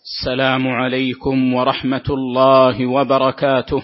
السلام عليكم ورحمة الله وبركاته.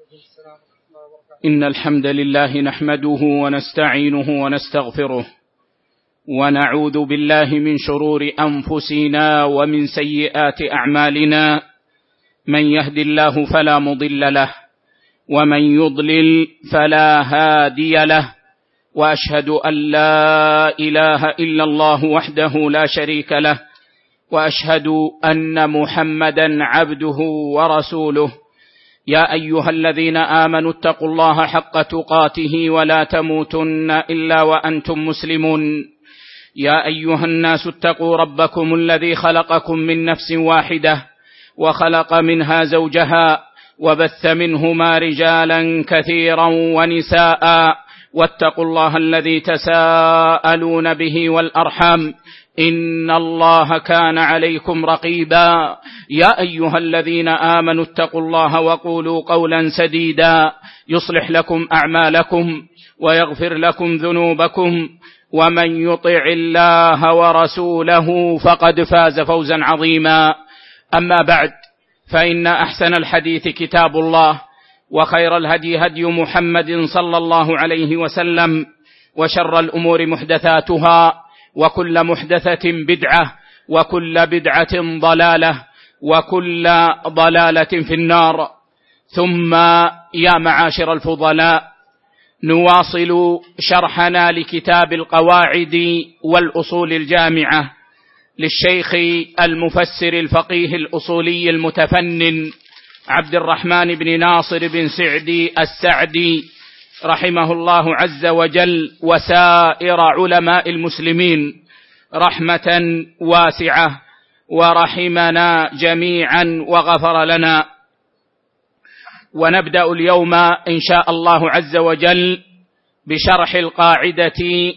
إن الحمد لله نحمده ونستعينه ونستغفره، ونعوذ بالله من شرور أنفسنا ومن سيئات أعمالنا. من يهد الله فلا مضل له، ومن يضلل فلا هادي له، وأشهد أن لا إله إلا الله وحده لا شريك له، وأشهد أن محمدا عبده ورسوله. يا أيها الذين آمنوا اتقوا الله حق تقاته ولا تموتن إلا وأنتم مسلمون. يا أيها الناس اتقوا ربكم الذي خلقكم من نفس واحدة، وخلق منها زوجها، وبث منهما رجالا كثيرا ونساء، واتقوا الله الذي تساءلون به والأرحام، إن الله كان عليكم رقيبا. يا أيها الذين آمنوا اتقوا الله وقولوا قولا سديدا يصلح لكم أعمالكم ويغفر لكم ذنوبكم، ومن يطع الله ورسوله فقد فاز فوزا عظيما. أما بعد، فإن أحسن الحديث كتاب الله، وخير الهدي هدي محمد صلى الله عليه وسلم، وشر الأمور محدثاتها، وكل محدثة بدعة، وكل بدعة ضلالة، وكل ضلالة في النار. ثم يا معاشر الفضلاء، نواصل شرحنا لكتاب القواعد والأصول الجامعة للشيخ المفسر الفقيه الأصولي المتفنن عبد الرحمن بن ناصر بن سعدي السعدي رحمه الله عز وجل، وسائر علماء المسلمين رحمة واسعة، ورحمنا جميعا وغفر لنا. ونبدأ اليوم إن شاء الله عز وجل بشرح القاعدة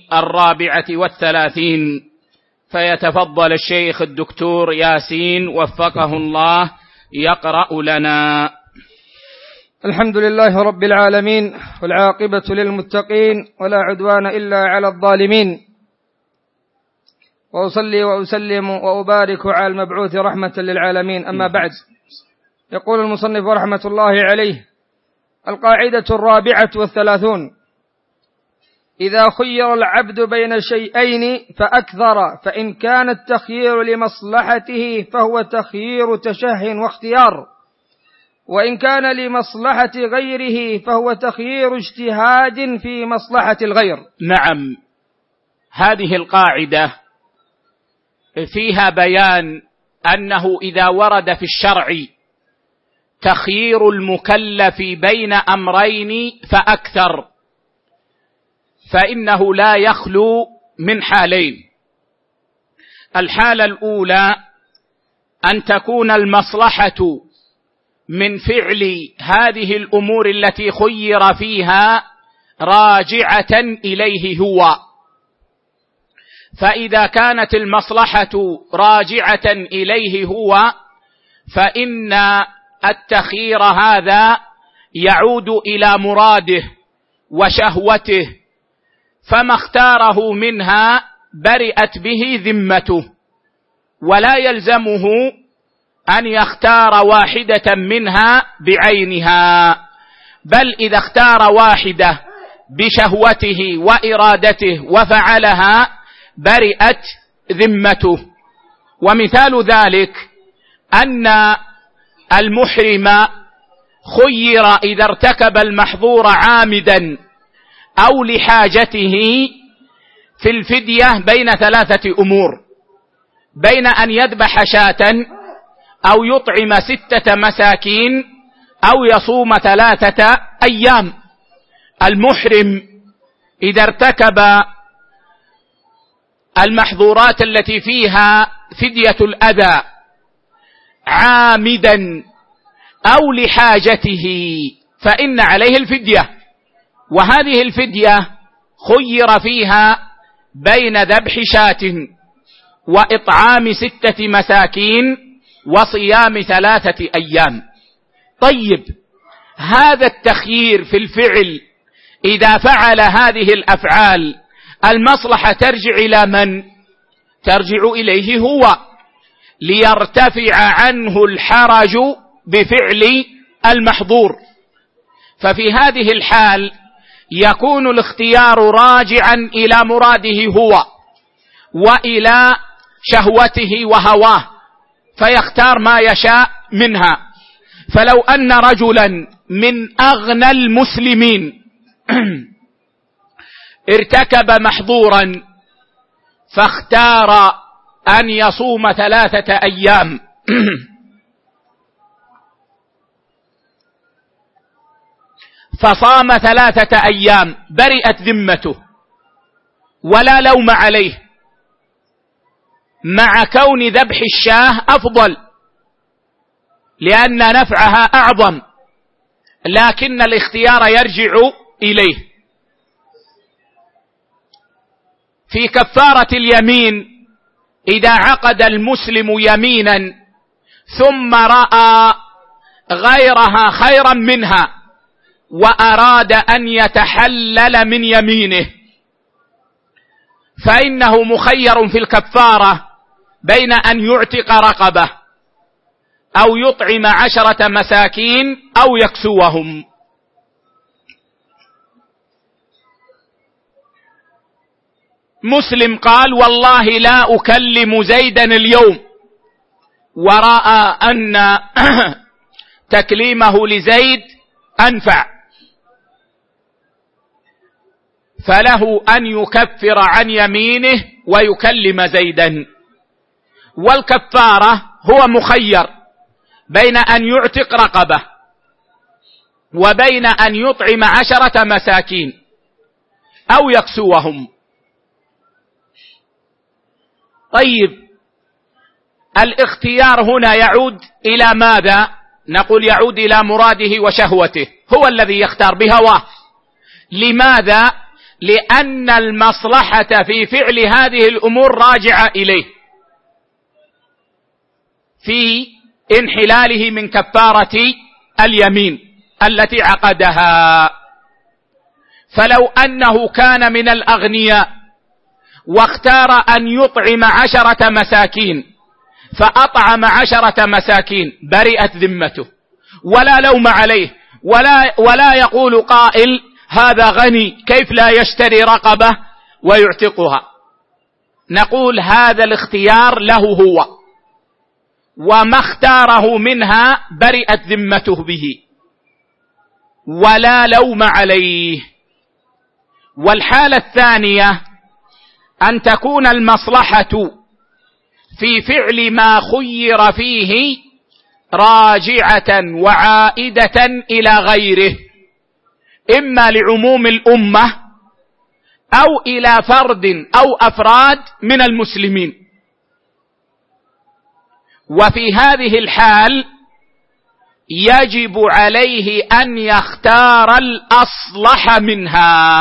34، فيتفضل الشيخ الدكتور ياسين وفقه الله يقرأ لنا. الحمد لله رب العالمين، والعاقبة للمتقين، ولا عدوان إلا على الظالمين، وأصلي وأسلم وأبارك على المبعوث رحمة للعالمين. أما بعد، يقول المصنف رحمة الله عليه: القاعدة 34: إذا خير العبد بين شيئين فأكثر، فإن كان التخيير لمصلحته فهو تخيير تشه واختيار، وإن كان لمصلحة غيره فهو تخيير اجتهاد في مصلحة الغير. نعم، هذه القاعدة فيها بيان أنه إذا ورد في الشرع تخيير المكلف بين أمرين فأكثر، فإنه لا يخلو من حالين. الحالة الأولى أن تكون المصلحة من فعل هذه الأمور التي خير فيها راجعة إليه هو، فإذا كانت المصلحة راجعة إليه هو فإن التخيير هذا يعود إلى مراده وشهوته، فما اختاره منها برئت به ذمته، ولا يلزمه أن يختار واحدة منها بعينها، بل إذا اختار واحدة بشهوته وإرادته وفعلها برئت ذمته. ومثال ذلك أن المحرم خير إذا ارتكب المحظور عامدا أو لحاجته في الفدية بين 3 أمور: بين أن يذبح شاة، أو يطعم 6 مساكين، أو يصوم 3 أيام. المحرم إذا ارتكب المحظورات التي فيها فدية الأذى عامدا أو لحاجته فإن عليه الفدية، وهذه الفدية خير فيها بين ذبح شاة وإطعام 6 مساكين وصيام 3 أيام. طيب، هذا التخيير في الفعل إذا فعل هذه الأفعال المصلحة ترجع إلى من؟ ترجع إليه هو. ليرتفع عنه الحرج بفعل المحظور. ففي هذه الحال يكون الاختيار راجعا إلى مراده هو وإلى شهوته وهواه، فيختار ما يشاء منها. فلو أن رجلا من أغنى المسلمين ارتكب محظورا فاختار أن يصوم 3 أيام فصام 3 أيام برئت ذمته ولا لوم عليه، مع كون ذبح الشاة أفضل لأن نفعها أعظم، لكن الاختيار يرجع إليه. في كفارة اليمين إذا عقد المسلم يمينا ثم رأى غيرها خيرا منها وأراد أن يتحلل من يمينه، فإنه مخير في الكفارة بين أن يعتق رقبة أو يطعم 10 مساكين أو يكسوهم. مسلم قال والله لا أكلم زيدا اليوم، ورأى أن تكليمه لزيد أنفع، فله أن يكفر عن يمينه ويكلم زيدا. والكفارة هو مخير بين أن يعتق رقبة وبين أن يطعم 10 مساكين أو يكسوهم. طيب، الاختيار هنا يعود إلى ماذا؟ نقول يعود إلى مراده وشهوته، هو الذي يختار بهواه. لماذا؟ لأن المصلحة في فعل هذه الأمور راجعة إليه في انحلاله من كفارة اليمين التي عقدها. فلو أنه كان من الأغنياء واختار أن يطعم 10 مساكين فأطعم 10 مساكين برئت ذمته ولا لوم عليه، ولا يقول قائل هذا غني كيف لا يشتري رقبة ويعتقها. نقول هذا الاختيار له هو، وما اختاره منها برئت ذمته به ولا لوم عليه. والحالة الثانية أن تكون المصلحة في فعل ما خير فيه راجعة وعائدة إلى غيره، إما لعموم الأمة أو إلى فرد أو أفراد من المسلمين. وفي هذه الحال يجب عليه أن يختار الأصلح منها،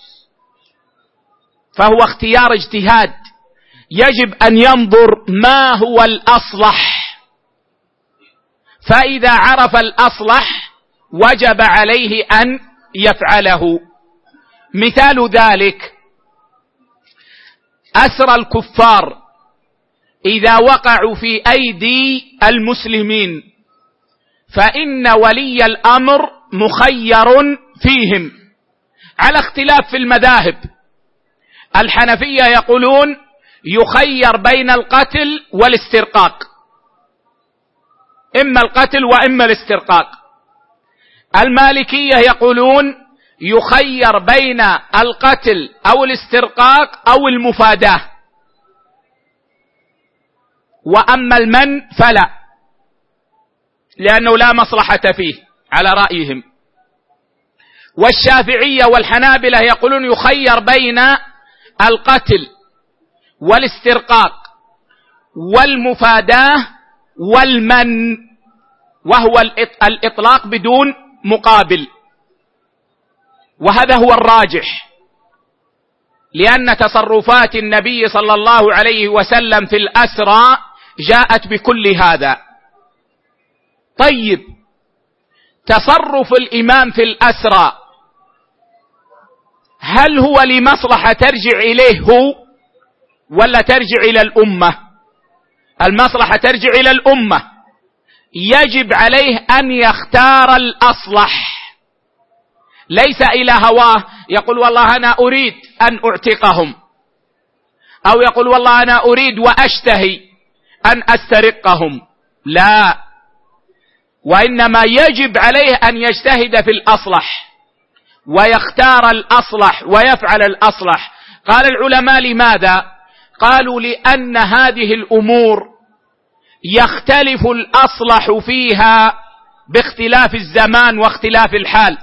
فهو اختيار اجتهاد، يجب أن ينظر ما هو الأصلح، فإذا عرف الأصلح وجب عليه أن يفعله. مثال ذلك أسرى الكفار إذا وقعوا في أيدي المسلمين فإن ولي الأمر مخير فيهم على اختلاف في المذاهب. الحنفية يقولون يخير بين القتل والاسترقاق، إما القتل وإما الاسترقاق. المالكية يقولون يخير بين القتل أو الاسترقاق أو المفاداة، وأما المن فلا، لأنه لا مصلحة فيه على رأيهم. والشافعية والحنابلة يقولون يخير بين القتل والاسترقاق والمفاداة والمن، وهو الإطلاق بدون مقابل، وهذا هو الراجح، لأن تصرفات النبي صلى الله عليه وسلم في الأسرى جاءت بكل هذا. طيب، تصرف الإمام في الأسرى هل هو لمصلحة ترجع إليه هو ولا ترجع إلى الأمة؟ المصلحة ترجع إلى الأمة، يجب عليه أن يختار الأصلح، ليس إلى هواه يقول والله أنا أريد أن أعتقهم، أو يقول والله أنا أريد وأشتهي أن أسترقهم، لا، وإنما يجب عليه أن يجتهد في الأصلح ويختار الأصلح ويفعل الأصلح. قال العلماء لماذا؟ قالوا لأن هذه الأمور يختلف الأصلح فيها باختلاف الزمان واختلاف الحال،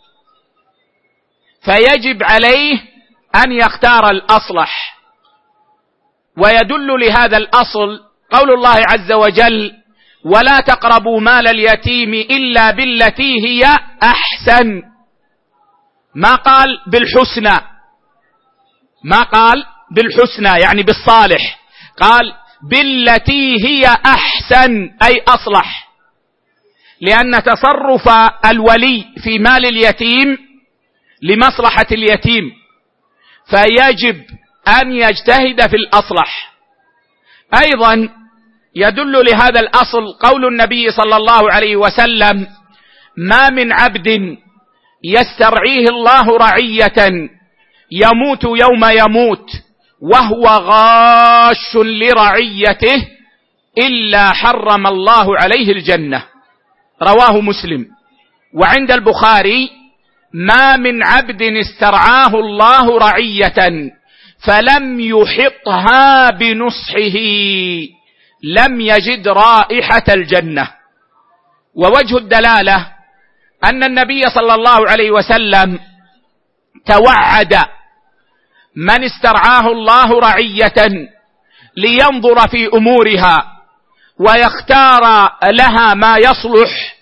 فيجب عليه أن يختار الأصلح. ويدل لهذا الأصل قول الله عز وجل: ولا تقربوا مال اليتيم إلا بالتي هي أحسن. ما قال بالحسنى، ما قال بالحسنى يعني بالصالح، قال بالتي هي أحسن أي أصلح، لأن تصرف الولي في مال اليتيم لمصلحة اليتيم، فيجب أن يجتهد في الأصلح. أيضا يدل لهذا الأصل قول النبي صلى الله عليه وسلم: ما من عبد يسترعيه الله رعية يموت يوم يموت وهو غاش لرعيته إلا حرم الله عليه الجنة. رواه مسلم. وعند البخاري: ما من عبد استرعاه الله رعية فلم يحطها بنصحه لم يجد رائحة الجنة. ووجه الدلالة أن النبي صلى الله عليه وسلم توعد من استرعاه الله رعية لينظر في أمورها ويختار لها ما يصلح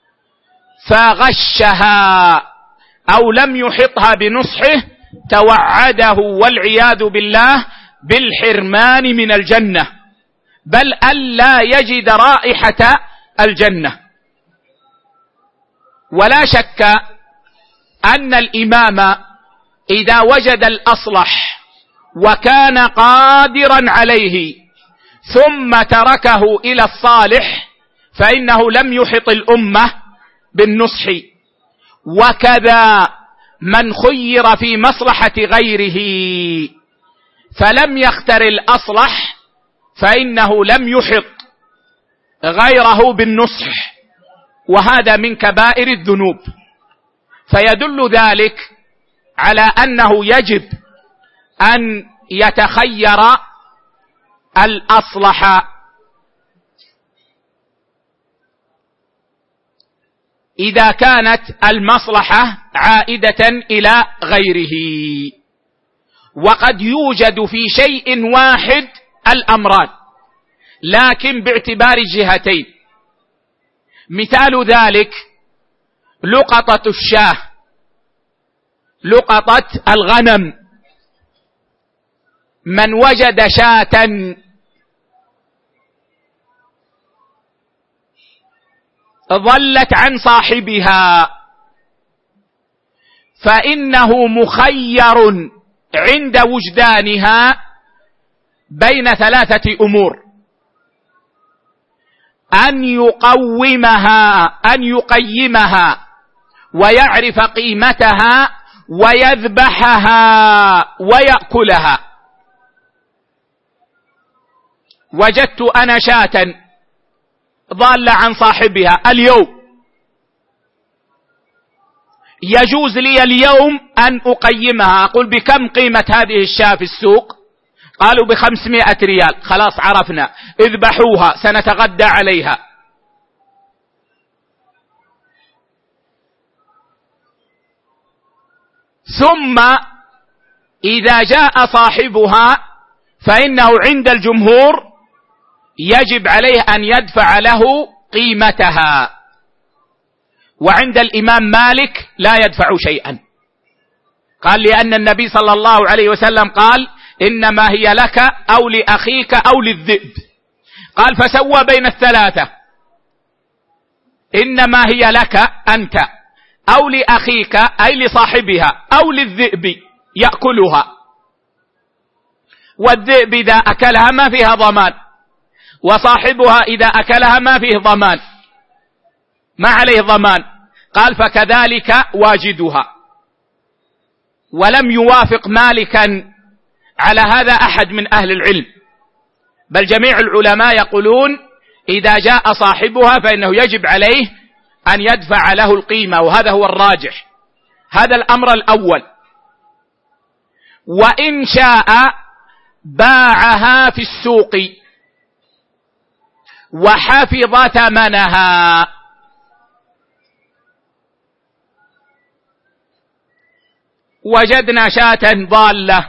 فغشها أو لم يحطها بنصحه، توعده والعياذ بالله بالحرمان من الجنة، بل ألا يجد رائحة الجنة. ولا شك أن الإمام إذا وجد الأصلح وكان قادرا عليه ثم تركه إلى الصالح فإنه لم يحط الأمة بالنصح. وكذا من خير في مصلحة غيره فلم يختر الأصلح فإنه لم يحط غيره بالنصح، وهذا من كبائر الذنوب. فيدل ذلك على أنه يجب أن يتخير الأصلح. إذا كانت المصلحة عائدة إلى غيره. وقد يوجد في شيء واحد الأمران لكن باعتبار الجهتين. مثال ذلك لقطة الشاة، لقطة الغنم. من وجد شاة ضلت عن صاحبها فإنه مخير عند وجدانها بين ثلاثة أمور: أن يقيمها ويعرف قيمتها ويذبحها ويأكلها. وجدت أنا شاة ضالة عن صاحبها اليوم، يجوز لي اليوم أن أقيمها، أقول بكم قيمة هذه الشاة في السوق؟ قالوا ب500 ريال. خلاص عرفنا، اذبحوها سنتغدى عليها. ثم إذا جاء صاحبها فإنه عند الجمهور يجب عليه أن يدفع له قيمتها، وعند الإمام مالك لا يدفع شيئا. قال لأن النبي صلى الله عليه وسلم قال: إنما هي لك أو لأخيك أو للذئب. قال فسوى بين الثلاثة: إنما هي لك أنت أو لأخيك أي لصاحبها أو للذئب يأكلها. والذئب إذا أكلها ما فيها ضمان، وصاحبها إذا أكلها ما فيه ضمان، ما عليه ضمان. قال فكذلك واجدها. ولم يوافق مالكا على هذا أحد من أهل العلم، بل جميع العلماء يقولون إذا جاء صاحبها فإنه يجب عليه أن يدفع له القيمة، وهذا هو الراجح. هذا الأمر الأول. وإن شاء باعها في السوق وحفظ ثمنها. وجدنا شاة ضالة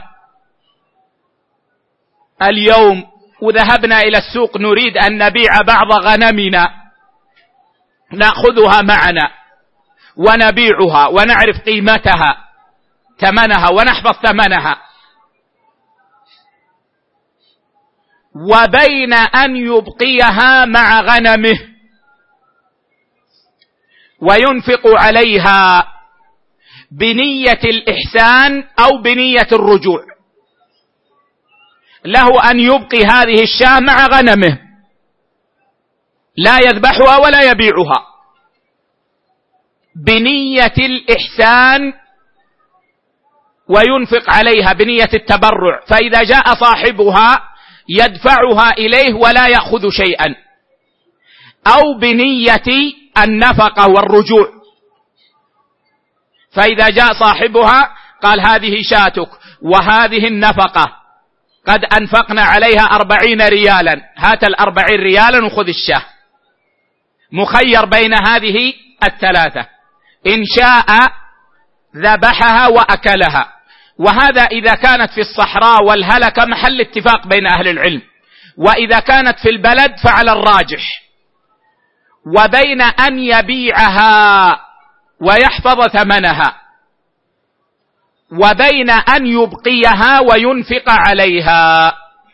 اليوم وذهبنا إلى السوق نريد أن نبيع بعض غنمنا، نأخذها معنا ونبيعها ونعرف قيمتها ثمنها ونحفظ ثمنها، وبين أن يبقيها مع غنمه وينفق عليها بنية الإحسان أو بنية الرجوع، له أن يبقي هذه الشاة مع غنمه لا يذبحها ولا يبيعها بنية الإحسان وينفق عليها بنية التبرع، فإذا جاء صاحبها يدفعها إليه ولا يأخذ شيئا، أو بنية النفقة والرجوع. فإذا جاء صاحبها قال هذه شاتك وهذه النفقة قد أنفقنا عليها 40 ريالا، هات 40 ريالا وخذ الشاه، مخير بين هذه الثلاثة، إن شاء ذبحها وأكلها. وهذا إذا كانت في الصحراء والهلكة محل اتفاق بين أهل العلم، وإذا كانت في البلد فعلى الراجح. وبين أن يبيعها ويحفظ ثمنها وبين أن يبقيها وينفق عليها.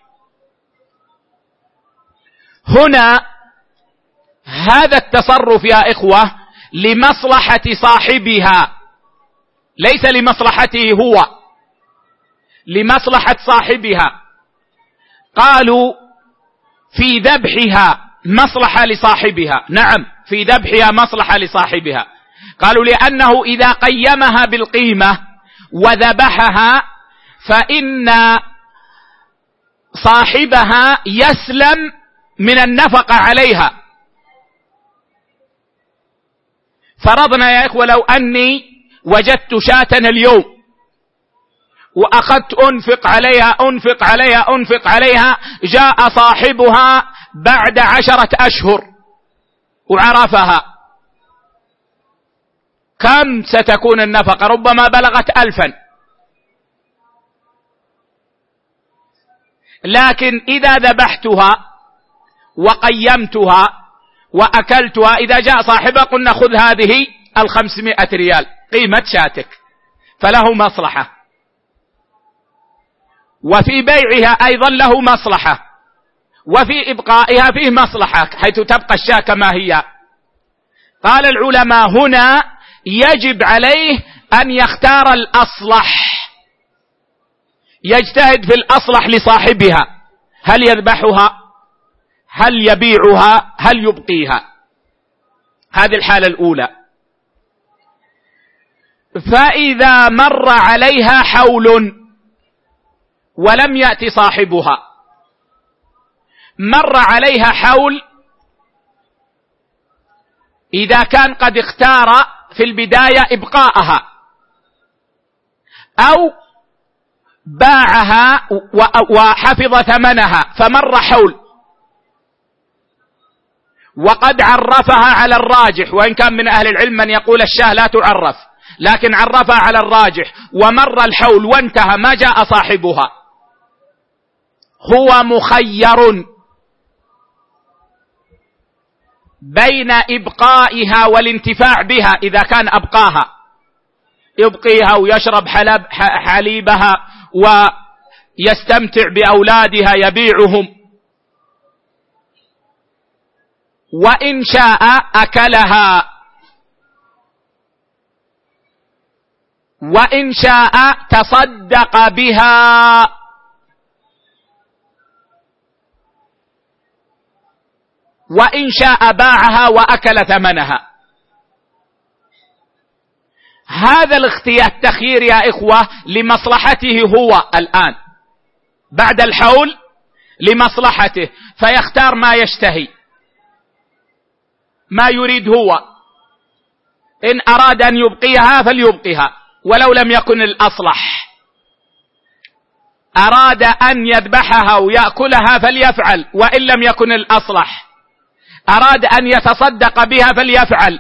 هنا هذا التصرف يا إخوة لمصلحة صاحبها، ليس لمصلحته هو، لمصلحة صاحبها. قالوا في ذبحها مصلحة لصاحبها، نعم في ذبحها مصلحة لصاحبها. قالوا لأنه إذا قيمها بالقيمة وذبحها فإن صاحبها يسلم من النفقة عليها. فرضنا يا إخوة لو أني وجدت شاة اليوم وأخذت أنفق عليها، جاء صاحبها بعد 10 أشهر وعرفها، كم ستكون النفقة؟ ربما بلغت 1000. لكن إذا ذبحتها وقيمتها وأكلتها، إذا جاء صاحبها قلنا خذ هذه 500 ريال قيمة شاتك، فله مصلحة. وفي بيعها أيضا له مصلحة، وفي إبقائها فيه مصلحة حيث تبقى الشاة كما هي. قال العلماء هنا يجب عليه أن يختار الأصلح، يجتهد في الأصلح لصاحبها، هل يذبحها، هل يبيعها، هل يبقيها. هذه الحالة الأولى. فإذا مر عليها حول ولم يأتي صاحبها، مر عليها حول إذا كان قد اختار في البداية إبقاءها أو باعها وحفظ ثمنها، فمر حول وقد عرفها على الراجح، وإن كان من أهل العلم من يقول الشاة لا تعرف، لكن عرفها على الراجح، ومر الحول وانتهى ما جاء صاحبها، هو مخير بين إبقائها والانتفاع بها. إذا كان أبقاها يبقيها ويشرب حليبها ويستمتع بأولادها يبيعهم، وإن شاء أكلها، وإن شاء تصدق بها. وإن شاء باعها وأكل ثمنها. هذا التخيير يا إخوة لمصلحته هو الآن بعد الحول، لمصلحته، فيختار ما يشتهي ما يريد هو. إن أراد أن يبقيها فليبقيها ولو لم يكن الأصلح، أراد أن يذبحها ويأكلها فليفعل وإن لم يكن الأصلح، أراد أن يتصدق بها فليفعل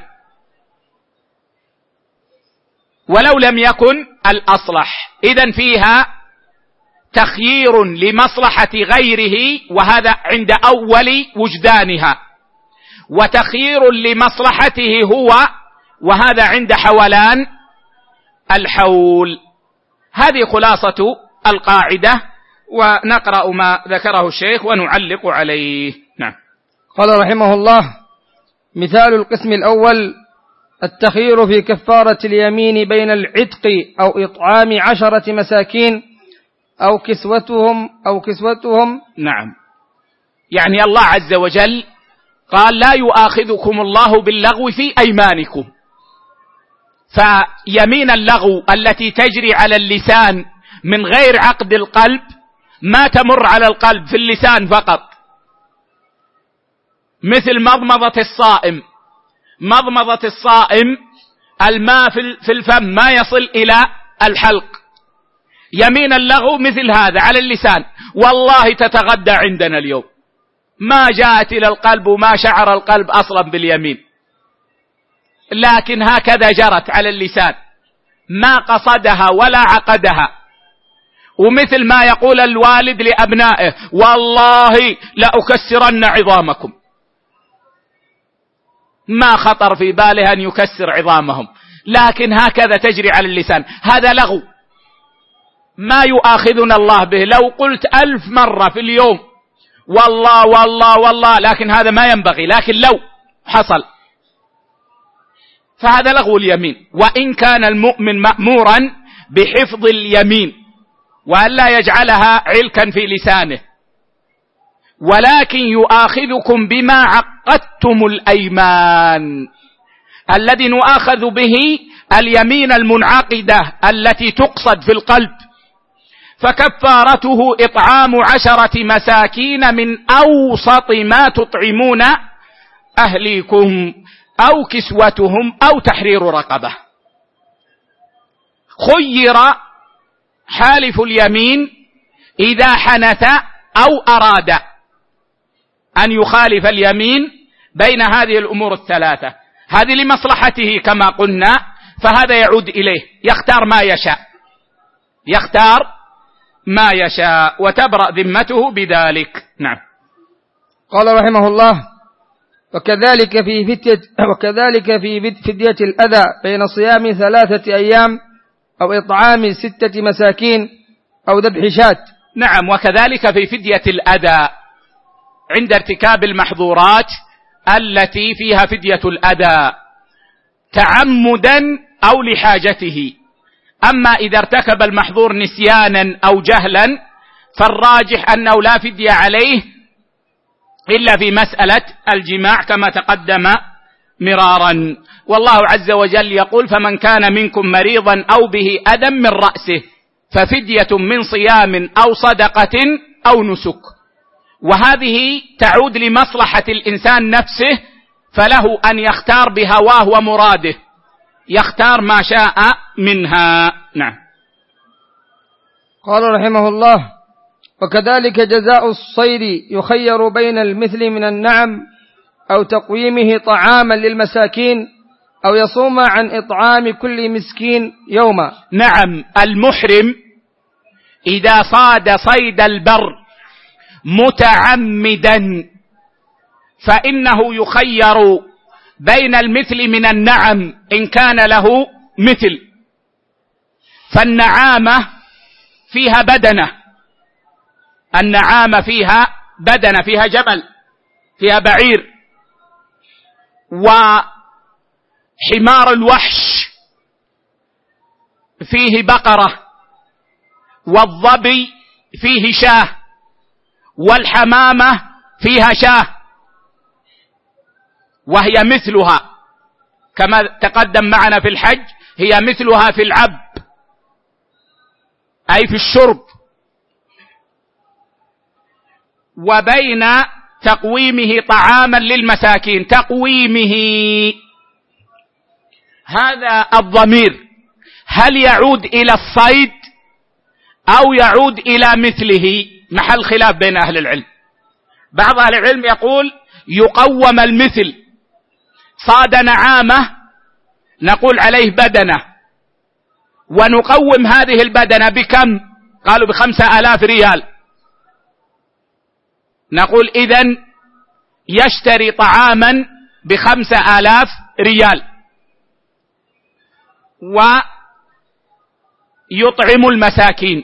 ولو لم يكن الأصلح. إذن فيها تخيير لمصلحة غيره، وهذا عند أول وجدانها، وتخيير لمصلحته هو، وهذا عند حولان الحول. هذه خلاصة القاعدة، ونقرأ ما ذكره الشيخ ونعلق عليه. نعم. قال رحمه الله: مثال القسم الأول: التخيير في كفارة اليمين بين العتق أو إطعام 10 مساكين أو كسوتهم. نعم، يعني الله عز وجل قال: لا يؤاخذكم الله باللغو في أيمانكم. فيمين اللغو التي تجري على اللسان من غير عقد القلب، ما تمر على القلب في اللسان فقط، مثل مضمضة الصائم. مضمضة الصائم الماء في الفم ما يصل إلى الحلق. يمين اللغو مثل هذا على اللسان. والله تتغدى عندنا اليوم ما جاءت إلى القلب وما شعر القلب أصلا باليمين، لكن هكذا جرت على اللسان، ما قصدها ولا عقدها. ومثل ما يقول الوالد لأبنائه: والله لأكسرن عظامكم، ما خطر في باله أن يكسر عظامهم، لكن هكذا تجري على اللسان. هذا لغو ما يؤاخذنا الله به. لو قلت 1000 مرة في اليوم والله والله والله، لكن هذا ما ينبغي، لكن لو حصل فهذا لغو اليمين. وإن كان المؤمن مأمورا بحفظ اليمين وأن لا يجعلها علكا في لسانه، ولكن يؤاخذكم بما عقدتم الأيمان. الذي نؤاخذ به اليمين المنعقدة التي تقصد في القلب، فكفارته إطعام 10 مساكين من أوسط ما تطعمون أهليكم أو كسوتهم أو تحرير رقبة. خير حالف اليمين إذا حنث أو أراد أن يخالف اليمين بين هذه الأمور الثلاثة. هذه لمصلحته كما قلنا، فهذا يعود إليه، يختار ما يشاء، يختار ما يشاء وتبرأ ذمته بذلك. نعم. قال رحمه الله: وكذلك في فدية الأذى بين صيام 3 أيام أو إطعام 6 مساكين أو ذبح شاة. نعم، وكذلك في فدية الأذى عند ارتكاب المحظورات التي فيها فدية الأذى تعمدا أو لحاجته. أما إذا ارتكب المحظور نسيانا أو جهلا فالراجح أنه لا فدية عليه إلا في مسألة الجماع كما تقدم مرارا. والله عز وجل يقول: فمن كان منكم مريضا أو به أذى من رأسه ففدية من صيام أو صدقة أو نسك. وهذه تعود لمصلحة الإنسان نفسه، فله أن يختار بهواه ومراده، يختار ما شاء منها. نعم. قال رحمه الله: وكذلك جزاء الصيد يخير بين المثل من النعم أو تقويمه طعاما للمساكين أو يصوم عن إطعام كل مسكين يوما. نعم، المحرم إذا صاد صيد البر متعمدا فإنه يخير بين المثل من النعم إن كان له مثل. فالنعامة فيها بدنة، النعامة فيها بدنة، فيها جبل، فيها بعير. وحمار الوحش فيه بقرة، والظبي فيه شاه، والحمامة فيها شاه. وهي مثلها كما تقدم معنا في الحج، هي مثلها في العب أي في الشرب، وبين تقويمه طعاما للمساكين. تقويمه هذا الضمير هل يعود إلى الصيد أو يعود إلى مثله؟ محل خلاف بين أهل العلم. بعض أهل العلم يقول يقوم المثل، صاد نعامة نقول عليه بدنة، ونقوم هذه البدنة بكم؟ قالوا ب5,000 ريال. نقول إذن يشتري طعاما ب5,000 ريال ويطعم المساكين،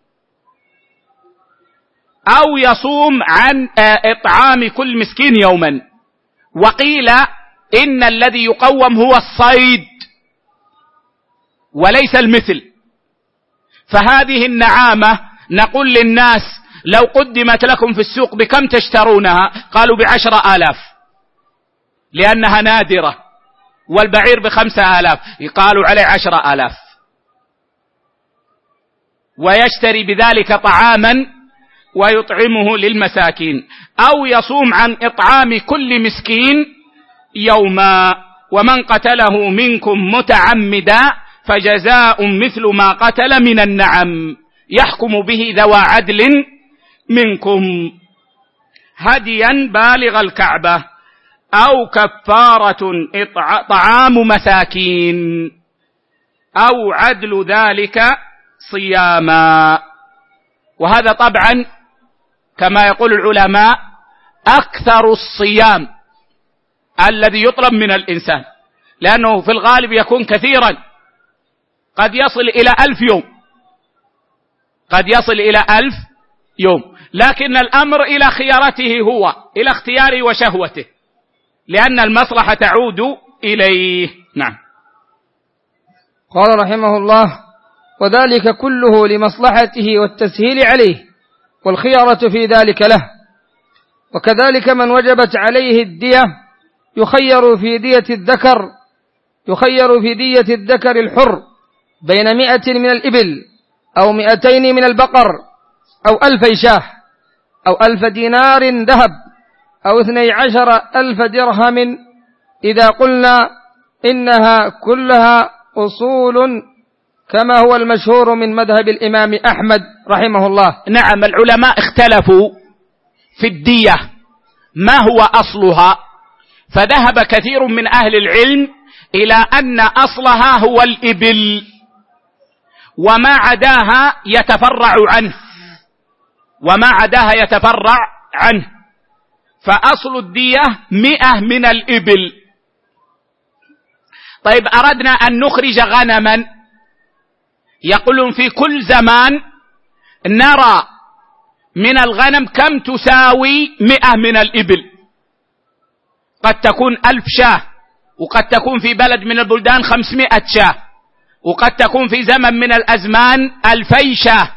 أو يصوم عن إطعام كل مسكين يوما. وقيل إن الذي يقوم هو الصيد وليس المثل. فهذه النعامة نقول للناس لو قدمت لكم في السوق بكم تشترونها؟ قالوا ب10,000 لأنها نادرة، والبعير ب5,000 قالوا عليه 10,000، ويشتري بذلك طعاما ويطعمه للمساكين، أو يصوم عن إطعام كل مسكين يوما. ومن قتله منكم متعمدا فجزاء مثل ما قتل من النعم يحكم به ذوى عدل منكم هديا بالغ الكعبة أو كفارة طعام مساكين أو عدل ذلك صياما. وهذا طبعا كما يقول العلماء أكثر الصيام الذي يطلب من الإنسان، لأنه في الغالب يكون كثيرا، قد يصل إلى 1000 يوم، قد يصل إلى 1000 يوم، لكن الأمر إلى خيارته هو، إلى اختياره وشهوته، لأن المصلحة تعود إليه. نعم. قال رحمه الله: وذلك كله لمصلحته والتسهيل عليه والخيارة في ذلك له. وكذلك من وجبت عليه الدية يخير في دية الذكر الحر بين 100 من الإبل أو 200 من البقر أو 1000 شاه أو 1000 دينار ذهب أو 12,000 درهم، إذا قلنا إنها كلها أصول كما هو المشهور من مذهب الإمام أحمد رحمه الله. نعم، العلماء اختلفوا في الدية ما هو أصلها، فذهب كثير من أهل العلم إلى أن أصلها هو الإبل، وما عداها يتفرع عنه، فأصل الدية 100 من الإبل. طيب أردنا أن نخرج غنما، يقولون في كل زمان نرى من الغنم كم تساوي 100 من الإبل، قد تكون 1000 شاه، وقد تكون في بلد من البلدان 500 شاه، وقد تكون في زمن من الأزمان 2000 شاه،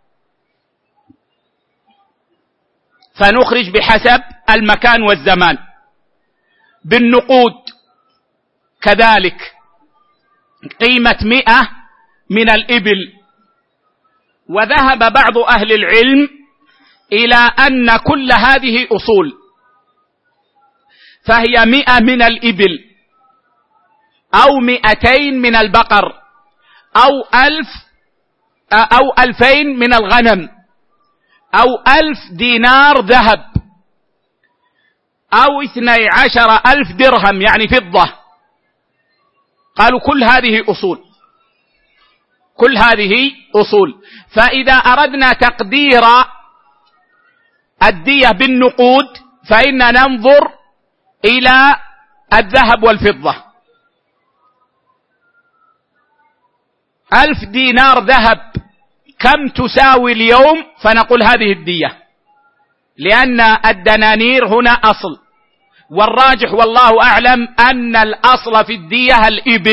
فنخرج بحسب المكان والزمان. بالنقود كذلك قيمة 100 من الإبل. وذهب بعض أهل العلم إلى أن كل هذه أصول، فهي 100 من الإبل أو 200 من البقر أو 1000 أو 2000 من الغنم أو 1000 دينار ذهب أو 12,000 درهم يعني فضة. قالوا كل هذه أصول. فإذا أردنا تقدير الدية بالنقود فإننا ننظر إلى الذهب والفضة. 1000 دينار ذهب كم تساوي اليوم؟ فنقول هذه الدية، لأن الدنانير هنا أصل، والراجح والله أعلم أن الأصل في الدية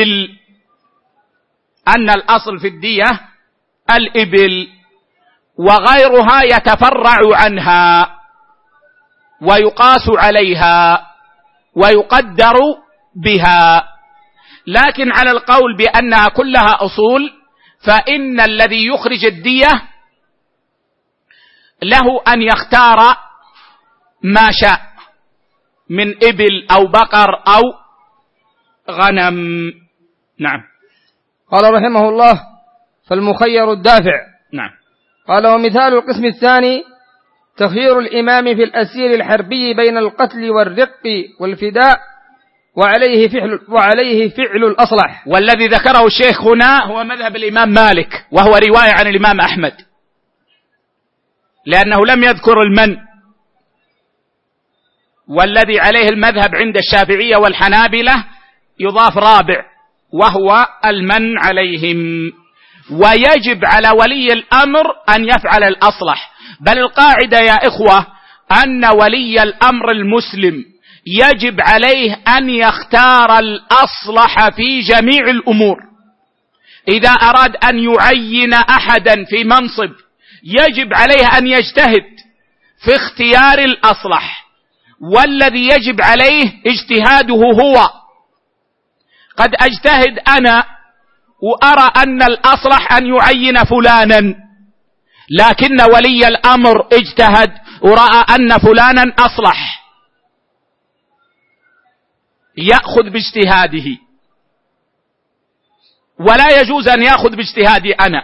الإبل، وغيرها يتفرع عنها ويقاس عليها ويقدر بها. لكن على القول بأنها كلها أصول، فإن الذي يخرج الدية له أن يختار ما شاء من إبل أو بقر أو غنم. نعم. قال رحمه الله: فالمخير الدافع. نعم. قال: ومثال القسم الثاني تخيير الإمام في الأسير الحربي بين القتل والرق والفداء وعليه فعل الأصلح. والذي ذكره الشيخ هنا هو مذهب الإمام مالك، وهو رواية عن الإمام أحمد، لأنه لم يذكر المن، والذي عليه المذهب عند الشافعية والحنابلة يضاف رابع، وهو المن عليهم. ويجب على ولي الأمر أن يفعل الأصلح، بل القاعدة يا إخوة أن ولي الأمر المسلم يجب عليه أن يختار الأصلح في جميع الأمور. إذا أراد أن يعين أحدا في منصب يجب عليه أن يجتهد في اختيار الأصلح، والذي يجب عليه اجتهاده هو. قد أجتهد أنا وأرى أن الأصلح أن يعين فلانا، لكن ولي الأمر اجتهد ورأى أن فلانا أصلح، يأخذ باجتهاده، ولا يجوز أن يأخذ باجتهادي أنا.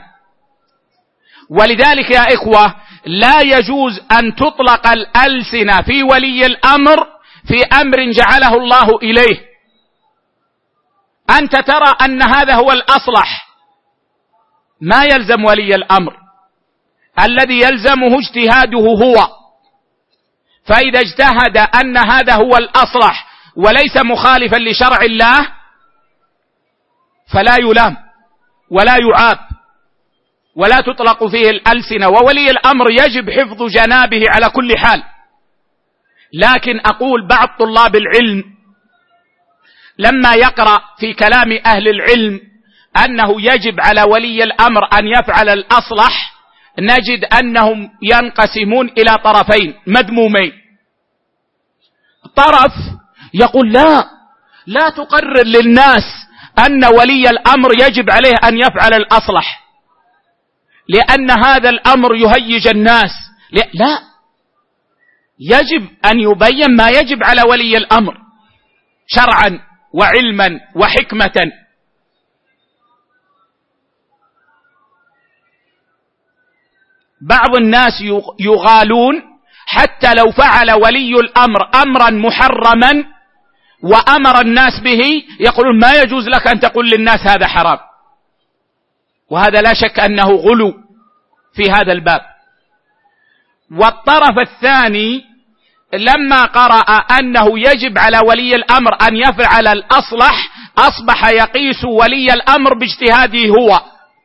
ولذلك يا إخوة لا يجوز أن تطلق الألسنة في ولي الأمر في أمر جعله الله إليه. أنت ترى أن هذا هو الأصلح، ما يلزم ولي الأمر، الذي يلزمه اجتهاده هو. فإذا اجتهد أن هذا هو الأصلح وليس مخالفا لشرع الله فلا يلام ولا يعاب ولا تطلق فيه الألسنة، وولي الأمر يجب حفظ جنابه على كل حال. لكن أقول بعض طلاب العلم لما يقرأ في كلام أهل العلم أنه يجب على ولي الأمر أن يفعل الأصلح، نجد أنهم ينقسمون إلى طرفين مذمومين. طرف يقول لا تقرر للناس أن ولي الأمر يجب عليه أن يفعل الأصلح لأن هذا الأمر يهيج الناس. لا، يجب أن يبين ما يجب على ولي الأمر شرعا وعلما وحكمة. بعض الناس يغالون حتى لو فعل ولي الأمر أمرا محرما وأمر الناس به يقولون ما يجوز لك أن تقول للناس هذا حرام، وهذا لا شك أنه غلو في هذا الباب. والطرف الثاني لما قرأ أنه يجب على ولي الأمر أن يفعل الأصلح أصبح يقيس ولي الأمر باجتهاده هو،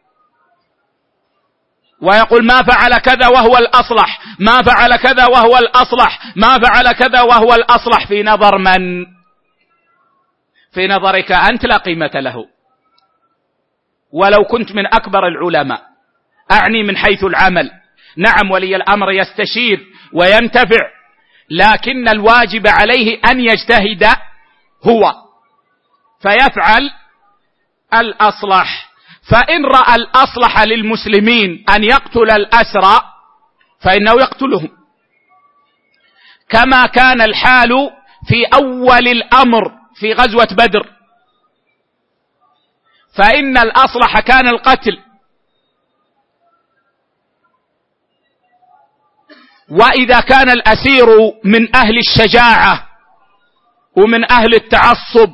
ويقول ما فعل كذا وهو الأصلح، ما فعل كذا وهو الأصلح، ما فعل كذا وهو الأصلح. في نظر من؟ في نظرك أنت لا قيمة له، ولو كنت من أكبر العلماء، أعني من حيث العمل. نعم ولي الأمر يستشير وينتفع، لكن الواجب عليه أن يجتهد هو فيفعل الأصلح. فإن رأى الأصلح للمسلمين أن يقتل الأسرى فإنه يقتلهم، كما كان الحال في أول الأمر في غزوة بدر، فإن الأصلح كان القتل. وإذا كان الأسير من أهل الشجاعة ومن أهل التعصب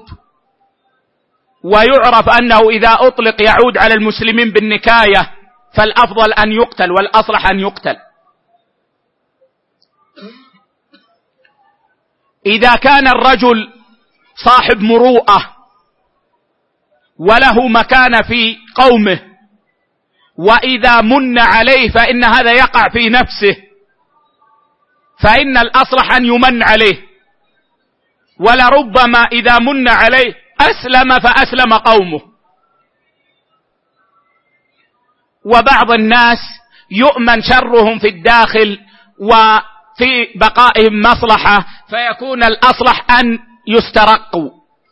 ويعرف أنه إذا أطلق يعود على المسلمين بالنكاية فالأفضل أن يقتل والأصلح أن يقتل. إذا كان الرجل صاحب مروءة وله مكانة في قومه وإذا من عليه فإن هذا يقع في نفسه، فإن الأصلح أن يمن عليه، ولربما إذا من عليه أسلم فأسلم قومه. وبعض الناس يؤمن شرهم في الداخل وفي بقائهم مصلحة، فيكون الأصلح أن يسترقوا.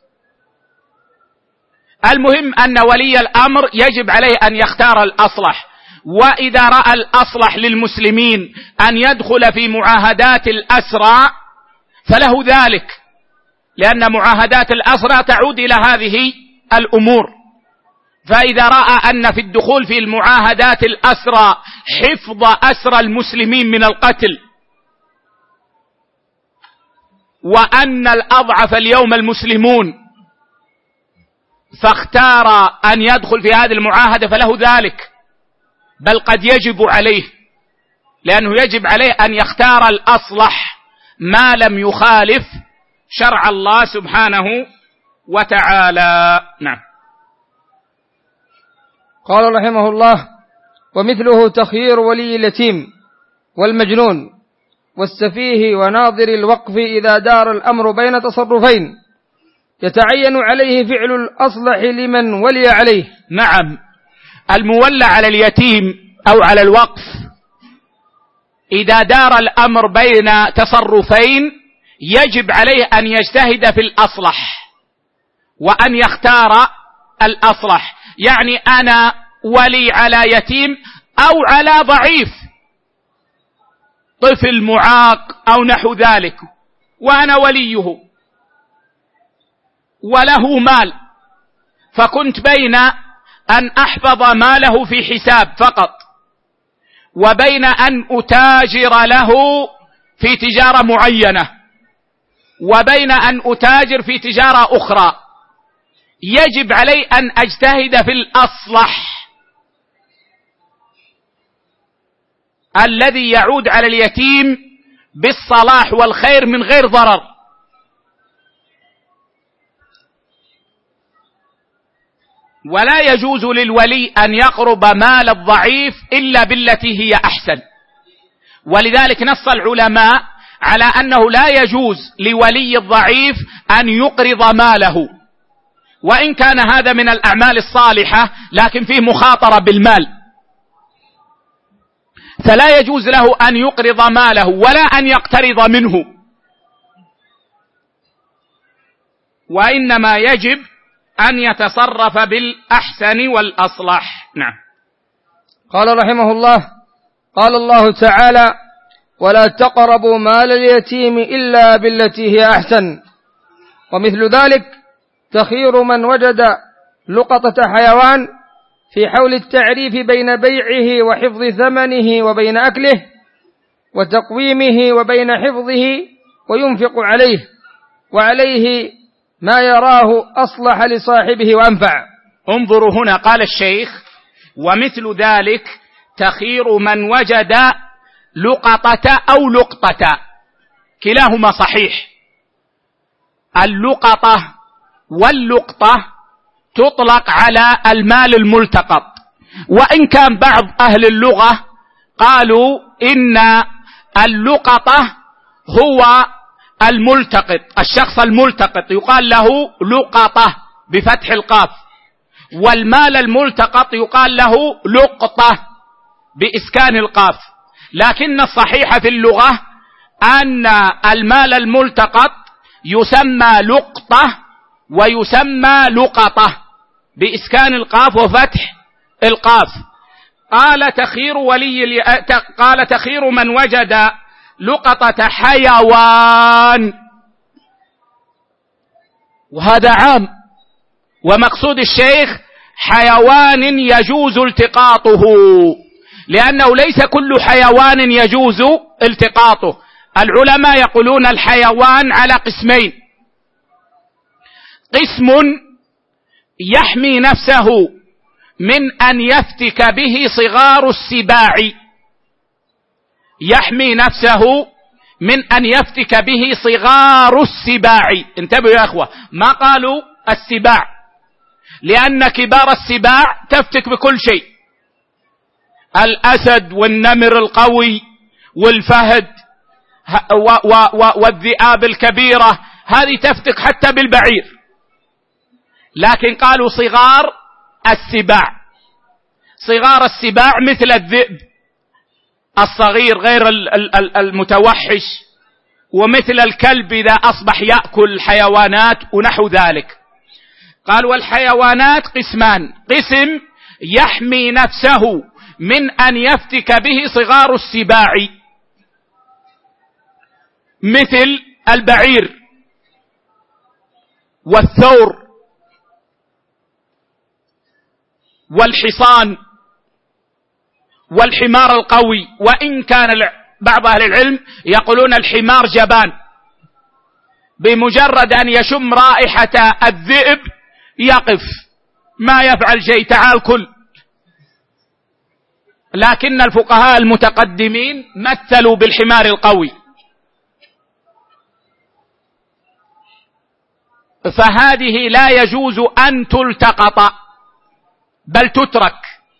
المهم أن ولي الأمر يجب عليه أن يختار الأصلح، وإذا رأى الأصلح للمسلمين أن يدخل في معاهدات الأسرى فله ذلك، لأن معاهدات الأسرى تعود إلى هذه الأمور. فإذا رأى أن في الدخول في المعاهدات الأسرى حفظ أسرى المسلمين من القتل، وأن الأضعف اليوم المسلمون، فاختار أن يدخل في هذه المعاهدة فله ذلك، بل قد يجب عليه، لأنه يجب عليه أن يختار الأصلح ما لم يخالف شرع الله سبحانه وتعالى. نعم. قال رحمه الله: ومثله تخيير ولي اليتيم والمجنون والسفيه وناظر الوقف إذا دار الأمر بين تصرفين يتعين عليه فعل الأصلح لمن ولي عليه. نعم، المولى على اليتيم أو على الوقف إذا دار الأمر بين تصرفين يجب عليه أن يجتهد في الأصلح وأن يختار الأصلح. يعني أنا ولي على يتيم أو على ضعيف، طفل معاق أو نحو ذلك، وأنا وليه وله مال، فكنت بين أن أحفظ ماله في حساب فقط وبين أن أتاجر له في تجارة معينة وبين أن أتاجر في تجارة أخرى. يجب علي أن أجتهد في الأصلح الذي يعود على اليتيم بالصلاح والخير من غير ضرر. ولا يجوز للولي أن يقرب مال الضعيف إلا بالتي هي أحسن، ولذلك نص العلماء على أنه لا يجوز لولي الضعيف أن يقرض ماله، وإن كان هذا من الأعمال الصالحة لكن فيه مخاطرة بالمال، فلا يجوز له أن يقرض ماله ولا أن يقترض منه، وإنما يجب أن يتصرف بالأحسن والأصلح. نعم. قال رحمه الله: قال الله تعالى: ولا تقربوا مال اليتيم إلا بالتي هي أحسن. ومثل ذلك تخير من وجد لقطة حيوان في حول التعريف بين بيعه وحفظ ثمنه وبين أكله وتقويمه وبين حفظه وينفق عليه وعليه ما يراه أصلح لصاحبه وأنفع. انظروا هنا، قال الشيخ: ومثل ذلك تخير من وجد لقطة أو لقطة، كلاهما صحيح. اللقطة واللقطة تطلق على المال الملتقط، وإن كان بعض أهل اللغة قالوا إن اللقطة هو الملتقط، الشخص الملتقط يقال له لقطة بفتح القاف، والمال الملتقط يقال له لقطة بإسكان القاف. لكن الصحيح في اللغة أن المال الملتقط يسمى لقطة ويسمى لقطة بإسكان القاف وفتح القاف. قال تخير من وجد لقطة حيوان، وهذا عام، ومقصود الشيخ حيوان يجوز التقاطه، لأنه ليس كل حيوان يجوز التقاطه. العلماء يقولون الحيوان على قسمين: قسم يحمي نفسه من أن يفتك به صغار السباع، يحمي نفسه من أن يفتك به صغار السباع. انتبهوا يا أخوة، ما قالوا السباع، لأن كبار السباع تفتك بكل شيء، الأسد والنمر القوي والفهد والذئاب الكبيرة، هذه تفتك حتى بالبعير. لكن قالوا صغار السباع، صغار السباع مثل الذئب الصغير غير المتوحش ومثل الكلب إذا أصبح يأكل الحيوانات ونحو ذلك. قال والحيوانات قسمان: قسم يحمي نفسه من أن يفتك به صغار السباع مثل البعير والثور والحصان والحمار القوي، وإن كان بعض أهل العلم يقولون الحمار جبان، بمجرد أن يشم رائحة الذئب يقف ما يفعل شيء، تعال كل. لكن الفقهاء المتقدمين مثلوا بالحمار القوي. فهذه لا يجوز أن تلتقط بل تترك،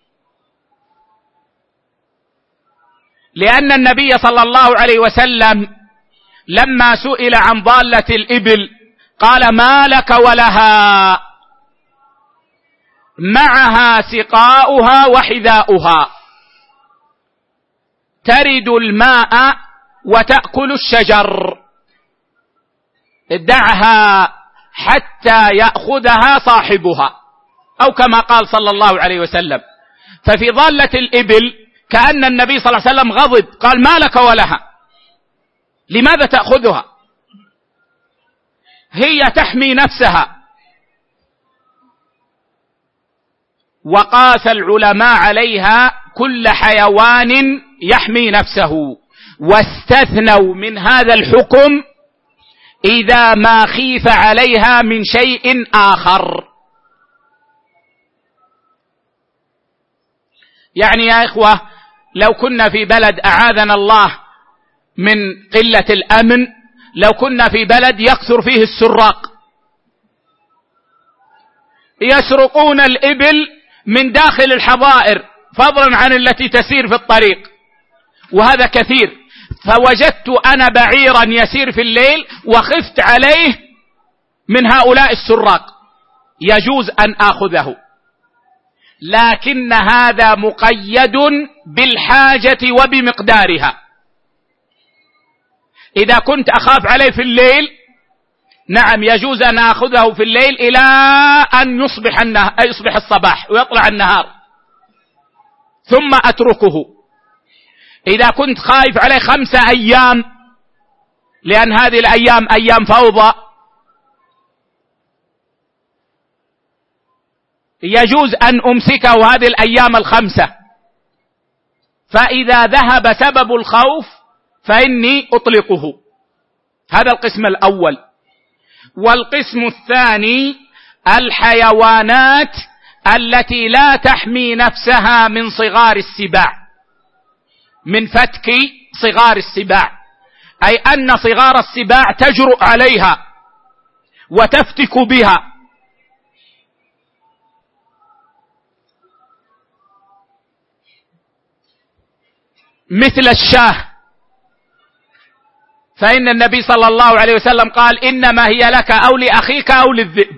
لأن النبي صلى الله عليه وسلم لما سئل عن ضالة الإبل قال: ما لك ولها؟ معها سقاؤها وحذاؤها، ترد الماء وتأكل الشجر، دعها حتى يأخذها صاحبها، أو كما قال صلى الله عليه وسلم. ففي ضالة الإبل كأن النبي صلى الله عليه وسلم غضب، قال: ما لك ولها؟ لماذا تأخذها؟ هي تحمي نفسها. وقاس العلماء عليها كل حيوان يحمي نفسه، واستثنوا من هذا الحكم إذا ما خيف عليها من شيء آخر. يعني يا إخوة، لو كنا في بلد أعاذنا الله من قلة الأمن، لو كنا في بلد يكثر فيه السراق، يسرقون الإبل من داخل الحظائر فضلا عن التي تسير في الطريق، وهذا كثير. فوجدت أنا بعيرا يسير في الليل وخفت عليه من هؤلاء السراق، يجوز أن آخذه، لكن هذا مقيد بالحاجة وبمقدارها. إذا كنت أخاف عليه في الليل، نعم يجوز أن آخذه في الليل إلى أن يصبح الصباح ويطلع النهار، ثم أتركه. إذا كنت خايف عليه 5 أيام، لأن هذه الأيام أيام فوضى، يجوز أن أمسكه هذه الأيام 5، فإذا ذهب سبب الخوف فإني أطلقه. هذا القسم الأول. والقسم الثاني: الحيوانات التي لا تحمي نفسها من صغار السباع، من فتك صغار السباع، أي أن صغار السباع تجرؤ عليها وتفتك بها. مثل الشاه، فإن النبي صلى الله عليه وسلم قال: إنما هي لك أو لأخيك أو للذئب.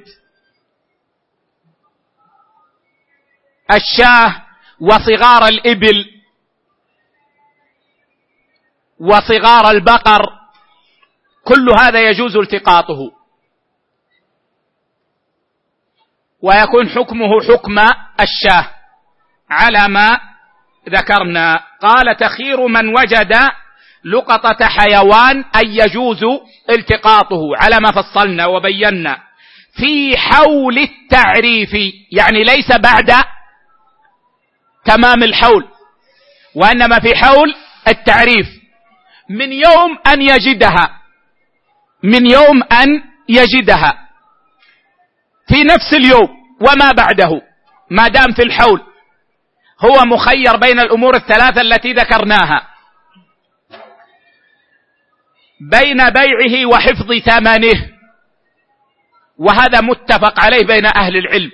الشاه وصغار الإبل وصغار البقر كل هذا يجوز التقاطه، ويكون حكمه حكم الشاه على ما ذكرنا. قال: تخير من وجد لقطة حيوان أي يجوز التقاطه على ما فصلنا وبينا في حول التعريف، يعني ليس بعد تمام الحول، وإنما في حول التعريف، من يوم أن يجدها، من يوم أن يجدها في نفس اليوم وما بعده، ما دام في الحول. هو مخير بين الأمور الثلاثة التي ذكرناها، بين بيعه وحفظ ثمنه، وهذا متفق عليه بين أهل العلم،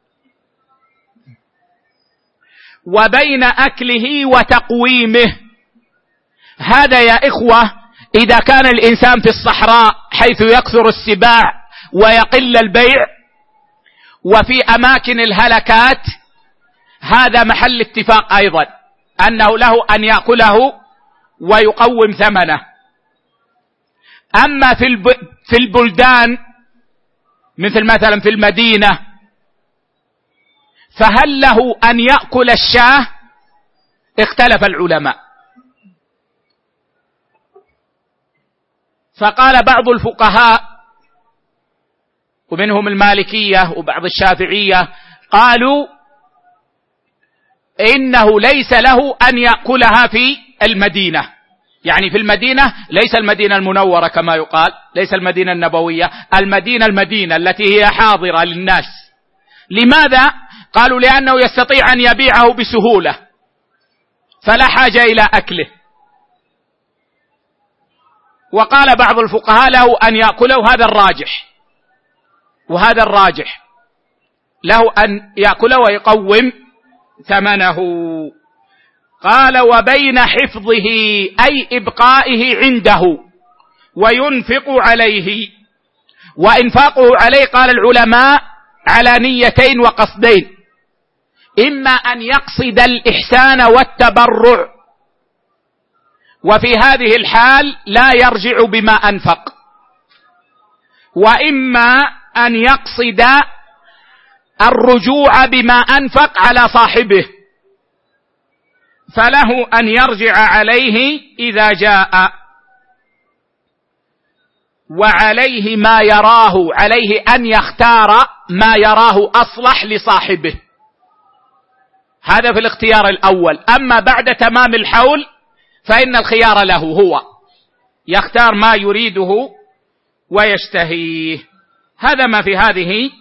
وبين أكله وتقويمه. هذا يا إخوة إذا كان الإنسان في الصحراء حيث يكثر السباع ويقل البيع، وفي أماكن الهلكات، هذا محل اتفاق أيضا أنه له أن يأكله ويقوم ثمنه. أما في البلدان مثل مثلا في المدينة فهل له أن يأكل الشاة؟ اختلف العلماء، فقال بعض الفقهاء ومنهم المالكية وبعض الشافعية قالوا إنه ليس له أن يأكلها في المدينة، يعني في المدينة، ليس المدينة المنورة كما يقال، ليس المدينة النبوية، المدينة التي هي حاضرة للناس. لماذا؟ قالوا لأنه يستطيع أن يبيعه بسهولة فلا حاجة إلى أكله. وقال بعض الفقهاء له أن يأكله، هذا الراجح، وهذا الراجح له أن يأكله ويقوم ثمنه. قال وبين حفظه أي إبقائه عنده وينفق عليه، وإنفاقه عليه قال العلماء على نيتين وقصدين، إما أن يقصد الإحسان والتبرع، وفي هذه الحال لا يرجع بما أنفق، وإما أن يقصد الرجوع بما أنفق على صاحبه، فله أن يرجع عليه إذا جاء، وعليه ما يراه، عليه أن يختار ما يراه أصلح لصاحبه، هذا في الاختيار الأول. أما بعد تمام الحول فإن الخيار له، هو يختار ما يريده ويشتهيه. هذا ما في هذه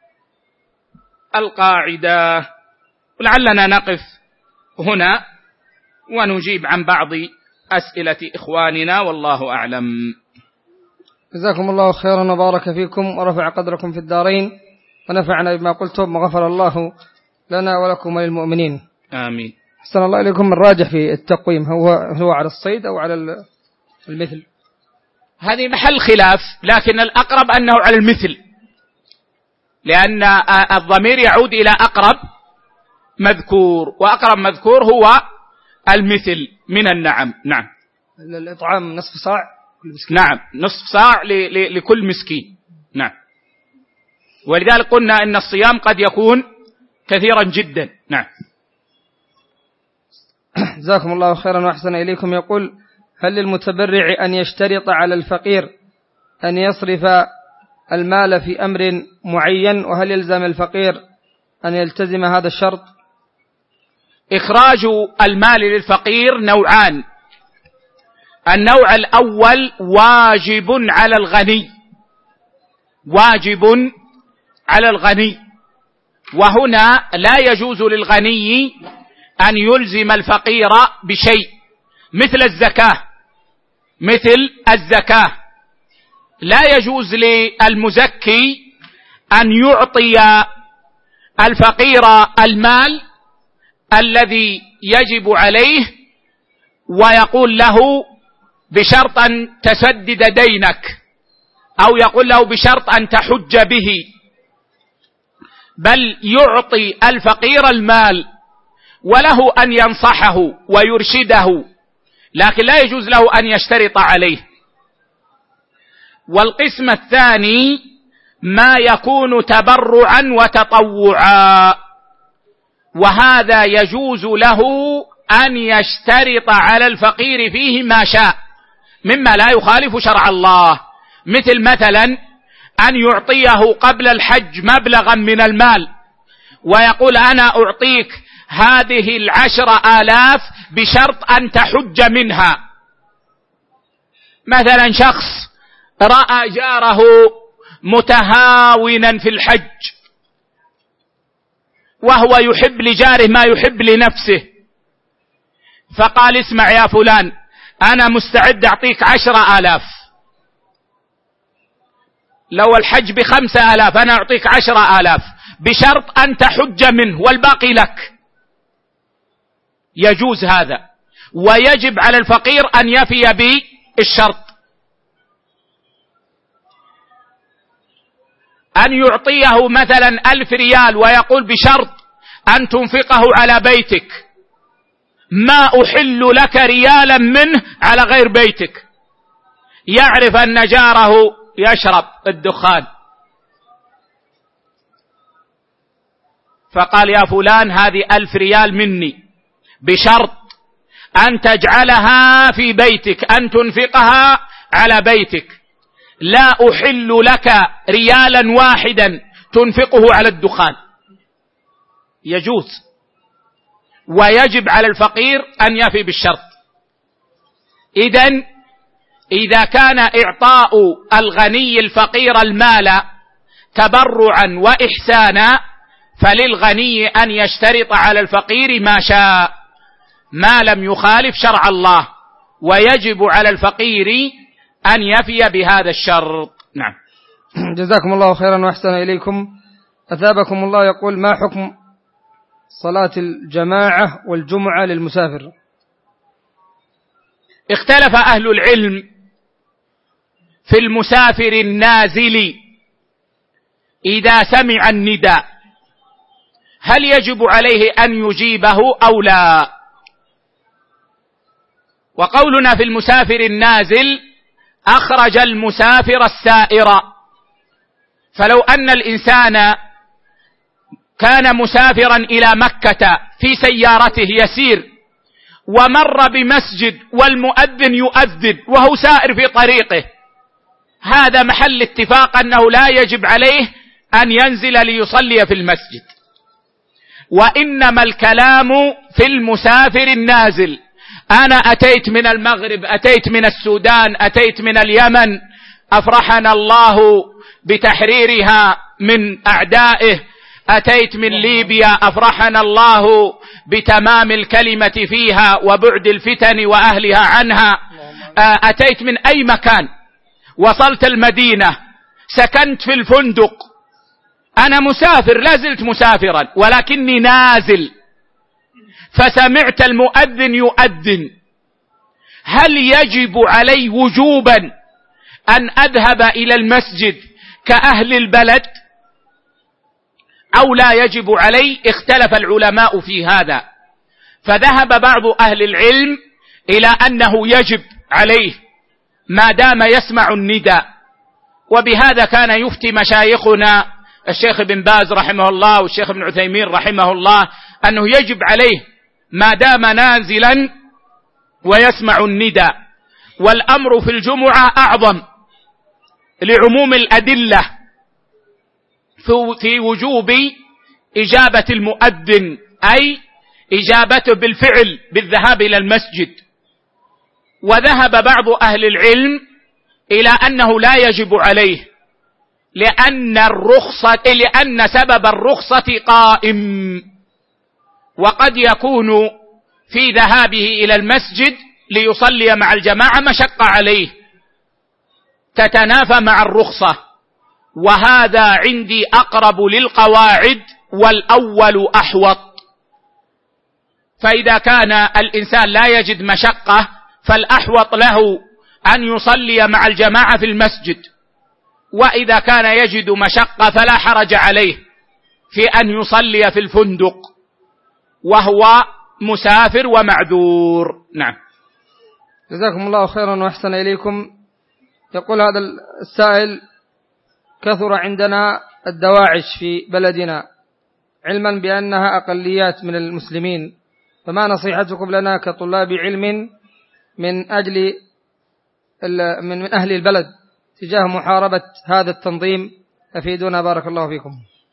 القاعدة. لعلنا نقف هنا ونجيب عن بعض أسئلة إخواننا، والله أعلم. جزاكم الله خيرا وبارك فيكم ورفع قدركم في الدارين، ونفعنا بما قلتم، وغفر الله لنا ولكم وللمؤمنين. آمين. أحسن الله إليكم. الراجح في التقويم هو على الصيد أو على المثل؟ هذه محل خلاف، لكن الأقرب أنه على المثل، لأن الضمير يعود إلى أقرب مذكور، وأقرب مذكور هو المثل من النعم. نعم. الإطعام نصف صاع كل مسكين. نعم، نصف صاع لكل مسكين. نعم. ولذلك قلنا إن الصيام قد يكون كثيرا جدا. نعم. جزاكم الله خيرا وأحسن إليكم. يقول: هل للمتبرع أن يشترط على الفقير أن يصرف المال في أمر معين، وهل يلزم الفقير أن يلتزم هذا الشرط؟ إخراج المال للفقير نوعان. النوع الأول واجب على الغني، واجب على الغني، وهنا لا يجوز للغني أن يلزم الفقير بشيء، مثل الزكاة، مثل الزكاة لا يجوز للمزكي أن يعطي الفقير المال الذي يجب عليه ويقول له بشرط أن تسدد دينك، أو يقول له بشرط أن تحج به، بل يعطي الفقير المال وله أن ينصحه ويرشده، لكن لا يجوز له أن يشترط عليه. والقسم الثاني ما يكون تبرعا وتطوعا، وهذا يجوز له أن يشترط على الفقير فيه ما شاء مما لا يخالف شرع الله، مثلا أن يعطيه قبل الحج مبلغا من المال ويقول أنا أعطيك هذه 10,000 بشرط أن تحج منها. مثلا شخص رأى جاره متهاونا في الحج وهو يحب لجاره ما يحب لنفسه، فقال اسمع يا فلان أنا مستعد أعطيك 10,000، لو الحج ب5,000 أنا أعطيك 10,000 بشرط أن تحج منه والباقي لك. يجوز هذا، ويجب على الفقير أن يفي بالشرط. أن يعطيه مثلا 1,000 ريال ويقول بشرط أن تنفقه على بيتك، ما أحل لك ريالا منه على غير بيتك، يعرف أن جاره يشرب الدخان، فقال يا فلان هذه 1000 ريال مني بشرط أن تجعلها في بيتك، أن تنفقها على بيتك، لا أحل لك ريالا واحدا تنفقه على الدخان. يجوز، ويجب على الفقير أن يفي بالشرط. إذن إذا كان إعطاء الغني الفقير المال تبرعا وإحسانا، فللغني أن يشترط على الفقير ما شاء ما لم يخالف شرع الله، ويجب على الفقير أن يفي بهذا الشرط. نعم. جزاكم الله خيرا وأحسن إليكم. أثابكم الله. يقول: ما حكم صلاة الجماعة والجمعة للمسافر؟ اختلف أهل العلم في المسافر النازل إذا سمع النداء هل يجب عليه أن يجيبه أو لا. وقولنا في المسافر النازل أخرج المسافر السائر، فلو أن الإنسان كان مسافرا إلى مكة في سيارته يسير ومر بمسجد والمؤذن يؤذن وهو سائر في طريقه، هذا محل اتفاق أنه لا يجب عليه أن ينزل ليصلي في المسجد. وإنما الكلام في المسافر النازل. أنا أتيت من المغرب، أتيت من السودان، أتيت من اليمن، أفرحنا الله بتحريرها من أعدائه، أتيت من ليبيا، أفرحنا الله بتمام الكلمة فيها وبعد الفتن وأهلها عنها، أتيت من أي مكان، وصلت المدينة، سكنت في الفندق، أنا مسافر، لا زلت مسافرا ولكني نازل، فسمعت المؤذن يؤذن، هل يجب علي وجوبا أن أذهب إلى المسجد كأهل البلد أو لا يجب علي؟ اختلف العلماء في هذا، فذهب بعض أهل العلم إلى أنه يجب عليه ما دام يسمع النداء، وبهذا كان يفتي مشايخنا الشيخ بن باز رحمه الله والشيخ ابن عثيمين رحمه الله أنه يجب عليه ما دام نازلا ويسمع النداء. والأمر في الجمعة أعظم لعموم الأدلة في وجوب إجابة المؤذن، أي إجابته بالفعل بالذهاب إلى المسجد. وذهب بعض أهل العلم إلى أنه لا يجب عليه لأن سبب الرخصة قائم، وقد يكون في ذهابه إلى المسجد ليصلي مع الجماعة مشقة عليه تتنافى مع الرخصة، وهذا عندي أقرب للقواعد والأول أحوط. فإذا كان الإنسان لا يجد مشقة فالأحوط له أن يصلي مع الجماعة في المسجد، وإذا كان يجد مشقة فلا حرج عليه في أن يصلي في الفندق وهو مسافر ومعذور. نعم. جزاكم الله خيرا وأحسن إليكم. يقول هذا السائل: كثر عندنا الدواعش في بلدنا علما بأنها أقليات من المسلمين، فما نصيحتكم لنا كطلاب علم من أهل البلد تجاه محاربة هذا التنظيم؟ أفيدونا بارك الله فيكم.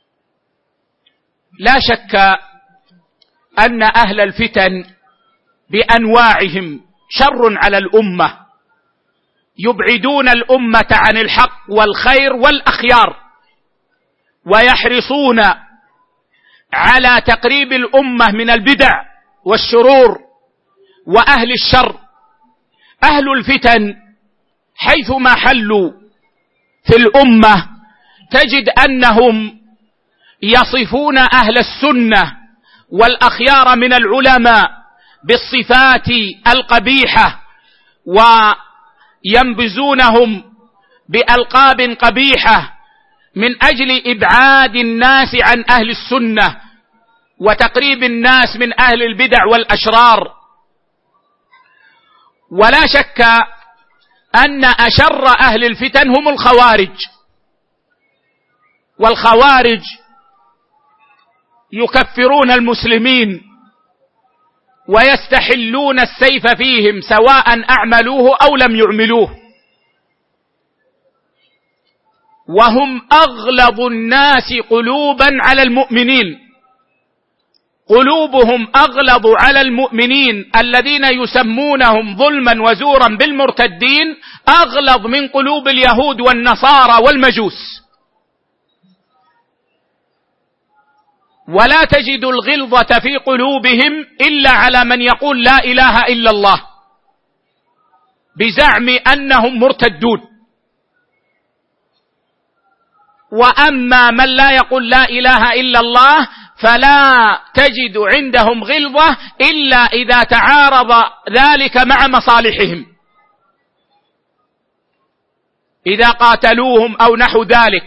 لا شك أن أهل الفتن بأنواعهم شر على الأمة، يبعدون الأمة عن الحق والخير والأخيار، ويحرصون على تقريب الأمة من البدع والشرور وأهل الشر. أهل الفتن حيثما حلوا في الأمة تجد أنهم يصفون أهل السنة والأخيار من العلماء بالصفات القبيحة، وينبذونهم بألقاب قبيحة من أجل إبعاد الناس عن أهل السنة وتقريب الناس من أهل البدع والأشرار. ولا شك أن أشر أهل الفتن هم الخوارج، والخوارج يكفرون المسلمين ويستحلون السيف فيهم سواء أعملوه أو لم يعملوه، وهم أغلظ الناس قلوبا على المؤمنين، قلوبهم أغلظ على المؤمنين الذين يسمونهم ظلما وزورا بالمرتدين أغلظ من قلوب اليهود والنصارى والمجوس. ولا تجد الغلظة في قلوبهم إلا على من يقول لا إله إلا الله بزعم أنهم مرتدون. وأما من لا يقول لا إله إلا الله فلا تجد عندهم غلظة إلا إذا تعارض ذلك مع مصالحهم، إذا قاتلوهم أو نحو ذلك،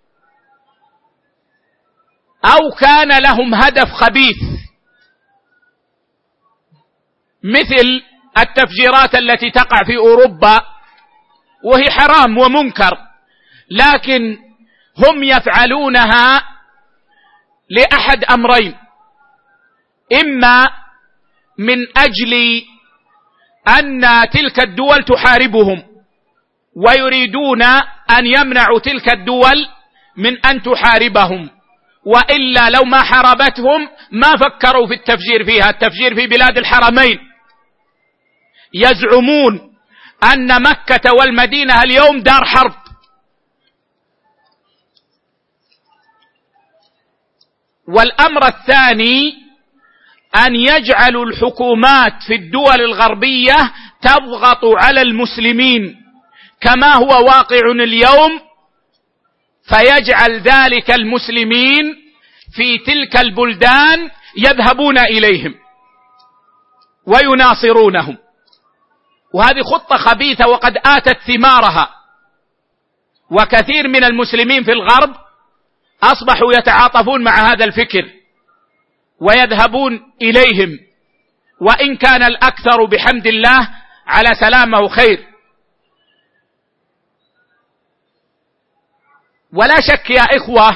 أو كان لهم هدف خبيث مثل التفجيرات التي تقع في أوروبا، وهي حرام ومنكر، لكن هم يفعلونها لأحد أمرين: إما من أجل أن تلك الدول تحاربهم ويريدون أن يمنعوا تلك الدول من أن تحاربهم، وإلا لو ما حاربتهم ما فكروا في التفجير فيها. التفجير في بلاد الحرمين، يزعمون أن مكة والمدينة اليوم دار حرب. والأمر الثاني أن يجعلوا الحكومات في الدول الغربية تضغط على المسلمين كما هو واقع اليوم، فيجعل ذلك المسلمين في تلك البلدان يذهبون إليهم ويناصرونهم. وهذه خطة خبيثة وقد آتت ثمارها، وكثير من المسلمين في الغرب أصبحوا يتعاطفون مع هذا الفكر ويذهبون إليهم، وإن كان الأكثر بحمد الله على سلامه خير. ولا شك يا إخوة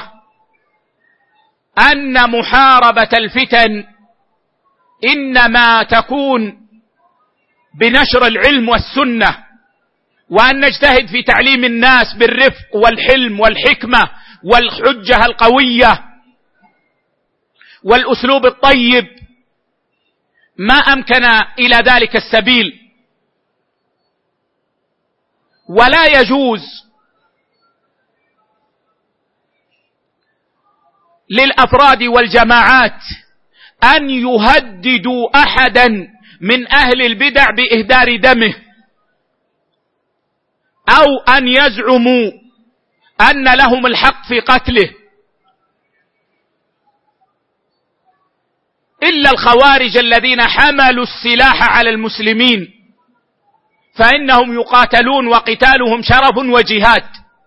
أن محاربة الفتن إنما تكون بنشر العلم والسنة، وأن نجتهد في تعليم الناس بالرفق والحلم والحكمة والحجة القوية والأسلوب الطيب ما أمكن إلى ذلك السبيل. ولا يجوز للأفراد والجماعات أن يهددوا أحدا من أهل البدع بإهدار دمه، أو أن يزعموا أن لهم الحق في قتله، إلا الخوارج الذين حملوا السلاح على المسلمين، فإنهم يقاتلون وقتالهم شرف وجهاد.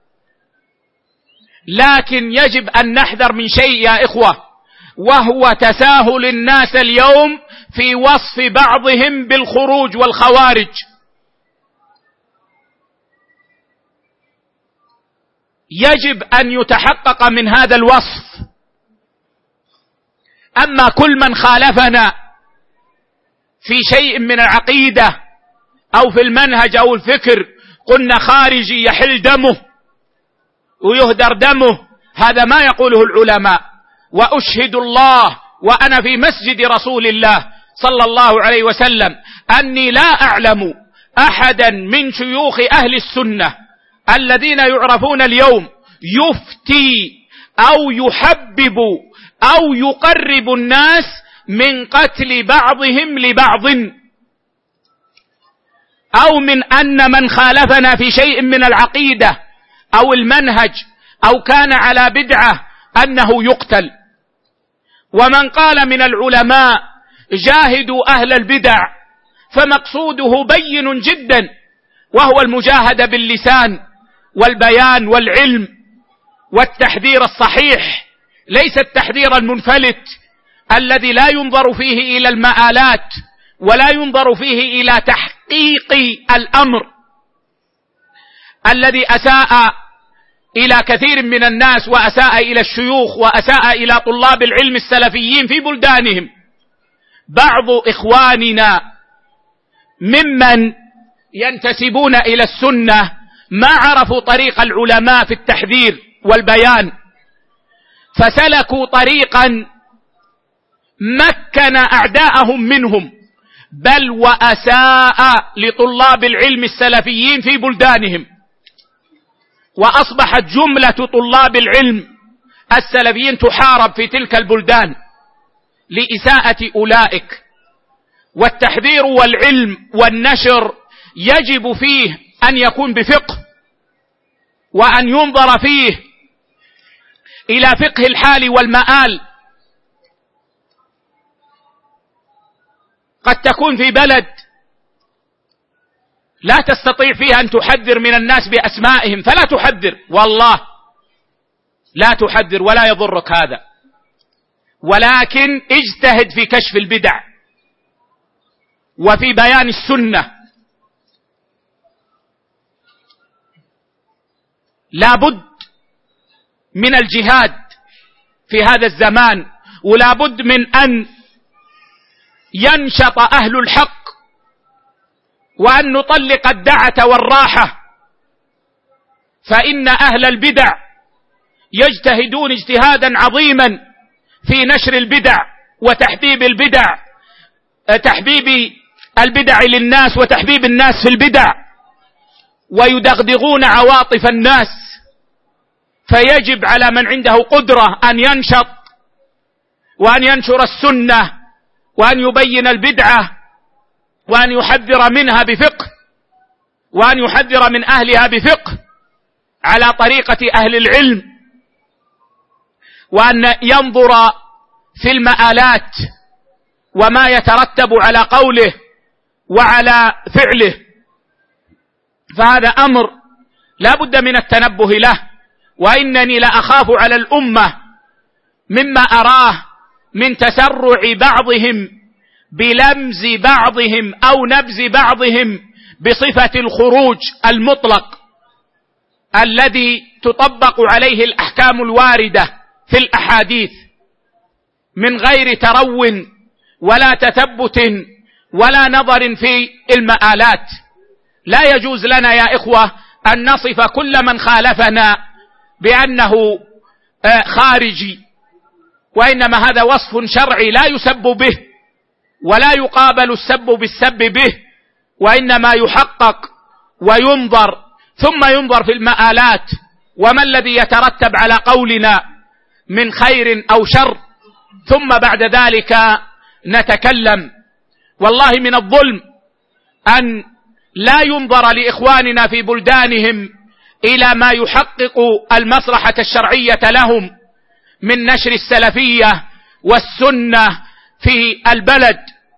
لكن يجب أن نحذر من شيء يا إخوة، وهو تساهل الناس اليوم في وصف بعضهم بالخروج والخوارج. يجب أن يتحقق من هذا الوصف. أما كل من خالفنا في شيء من العقيدة أو في المنهج أو الفكر قلنا خارجي يحل دمه ويهدر دمه، هذا ما يقوله العلماء. وأشهد الله وأنا في مسجد رسول الله صلى الله عليه وسلم أني لا أعلم أحدا من شيوخ أهل السنة الذين يعرفون اليوم يفتي أو يحبب أو يقرب الناس من قتل بعضهم لبعض، أو من أن من خالفنا في شيء من العقيدة أو المنهج أو كان على بدعة أنه يقتل. ومن قال من العلماء جاهدوا أهل البدع فمقصوده بين جدا، وهو المجاهدة باللسان والبيان والعلم والتحذير الصحيح، ليس التحذير المنفلت الذي لا ينظر فيه إلى المآلات ولا ينظر فيه إلى تحقيق الأمر. الذي أساء إلى كثير من الناس وأساء إلى الشيوخ وأساء إلى طلاب العلم السلفيين في بلدانهم. بعض إخواننا ممن ينتسبون إلى السنة ما عرفوا طريق العلماء في التحذير والبيان، فسلكوا طريقا مكن أعداءهم منهم، بل وأساء لطلاب العلم السلفيين في بلدانهم، وأصبحت جملة طلاب العلم السلفيين تحارب في تلك البلدان لإساءة أولئك. والتحذير والعلم والنشر يجب فيه أن يكون بفقه، وأن ينظر فيه إلى فقه الحال والمآل. قد تكون في بلد لا تستطيع فيها أن تحذر من الناس بأسمائهم، فلا تحذر، والله لا تحذر ولا يضرك هذا، ولكن اجتهد في كشف البدع وفي بيان السنة. لا بد من الجهاد في هذا الزمان، ولا بد من أن ينشط أهل الحق، وأن نطلق الدعة والراحة، فإن أهل البدع يجتهدون اجتهادا عظيما في نشر البدع وتحبيب البدع، تحبيب البدع للناس وتحبيب الناس في البدع، ويدغدغون عواطف الناس. فيجب على من عنده قدرة أن ينشط وأن ينشر السنة وأن يبين البدعة وأن يحذر منها بفقه، وأن يحذر من أهلها بفقه على طريقة أهل العلم، وأن ينظر في المآلات وما يترتب على قوله وعلى فعله. فهذا أمر لا بد من التنبه له. وإنني لأخاف على الأمة مما أراه من تسرع بعضهم بلمز بعضهم أو نبز بعضهم بصفة الخروج المطلق الذي تطبق عليه الأحكام الواردة في الأحاديث من غير ترو ولا تثبت ولا نظر في المآلات. لا يجوز لنا يا إخوة أن نصف كل من خالفنا بأنه خارجي، وإنما هذا وصف شرعي لا يسب به ولا يقابل السب بالسب به، وإنما يحقق وينظر، ثم ينظر في المآلات وما الذي يترتب على قولنا من خير أو شر، ثم بعد ذلك نتكلم. والله من الظلم أن لا ينظر لإخواننا في بلدانهم إلى ما يحقق المصلحة الشرعية لهم من نشر السلفية والسنة في البلد،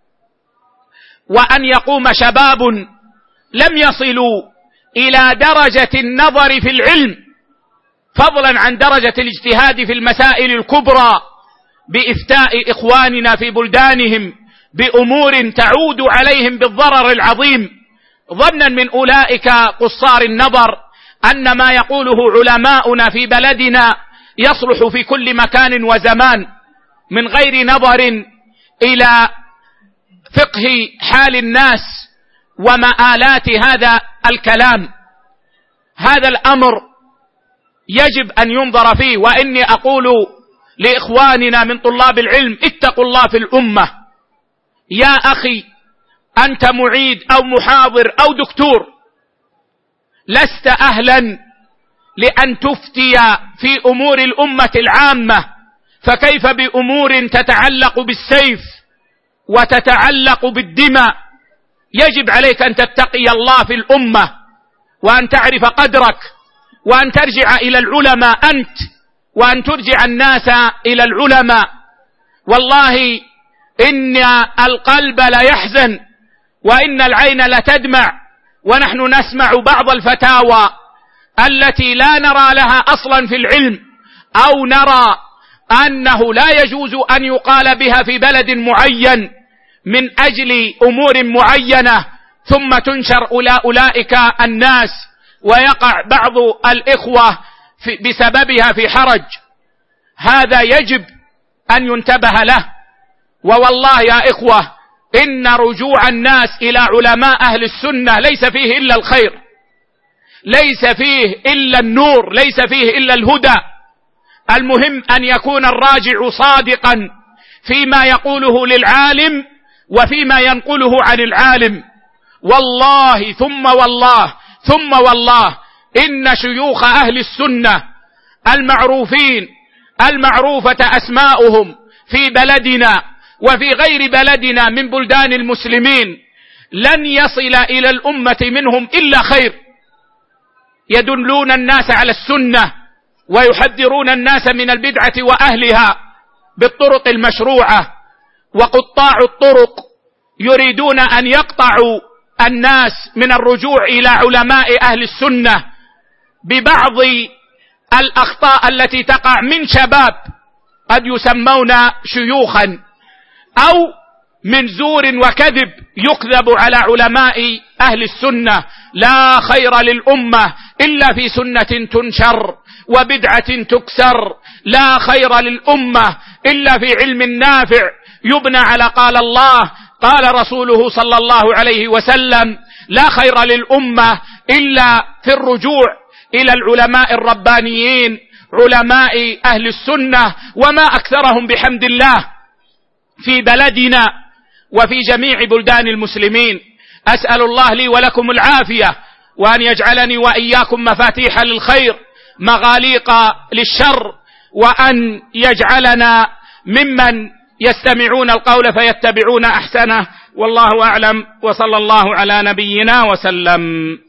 وأن يقوم شباب لم يصلوا إلى درجة النظر في العلم فضلا عن درجة الاجتهاد في المسائل الكبرى بإفتاء إخواننا في بلدانهم بأمور تعود عليهم بالضرر العظيم، ظنا من أولئك قصار النظر أن ما يقوله علماؤنا في بلدنا يصلح في كل مكان وزمان، من غير نظر إلى فقه حال الناس ومآلات هذا الكلام. هذا الأمر يجب أن ينظر فيه. وإني أقول لإخواننا من طلاب العلم اتقوا الله في الأمة. يا أخي أنت معيد أو محاضر أو دكتور، لست أهلا لأن تفتي في أمور الأمة العامة، فكيف بأمور تتعلق بالسيف وتتعلق بالدماء؟ يجب عليك أن تتقي الله في الأمة، وأن تعرف قدرك، وأن ترجع إلى العلماء أنت، وأن ترجع الناس إلى العلماء. والله إن القلب لا يحزن وإن العين لا تدمع، ونحن نسمع بعض الفتاوى التي لا نرى لها أصلا في العلم، أو نرى أنه لا يجوز أن يقال بها في بلد معين من أجل أمور معينة، ثم تنشر أولئك الناس ويقع بعض الإخوة بسببها في حرج، هذا يجب أن ينتبه له. ووالله يا إخوة إن رجوع الناس إلى علماء أهل السنة ليس فيه إلا الخير، ليس فيه إلا النور، ليس فيه إلا الهدى. المهم أن يكون الراجع صادقا فيما يقوله للعالم وفيما ينقله عن العالم. والله ثم والله ثم والله إن شيوخ أهل السنة المعروفين المعروفة أسماؤهم في بلدنا وفي غير بلدنا من بلدان المسلمين لن يصل إلى الأمة منهم إلا خير، يدلون الناس على السنة ويحذرون الناس من البدعة وأهلها بالطرق المشروعة. وقطاع الطرق يريدون أن يقطعوا الناس من الرجوع إلى علماء أهل السنة ببعض الأخطاء التي تقع من شباب قد يسمون شيوخا، أو من زور وكذب يكذب على علماء أهل السنة. لا خير للأمة إلا في سنة تنشر وبدعة تكسر، لا خير للأمة إلا في علم نافع يبنى على قال الله قال رسوله صلى الله عليه وسلم، لا خير للأمة إلا في الرجوع إلى العلماء الربانيين علماء أهل السنة، وما أكثرهم بحمد الله في بلدنا وفي جميع بلدان المسلمين. أسأل الله لي ولكم العافية، وأن يجعلني وإياكم مفاتيح للخير مغاليق للشر، وأن يجعلنا ممن يستمعون القول فيتبعون أحسنه. والله أعلم، وصلى الله على نبينا وسلم.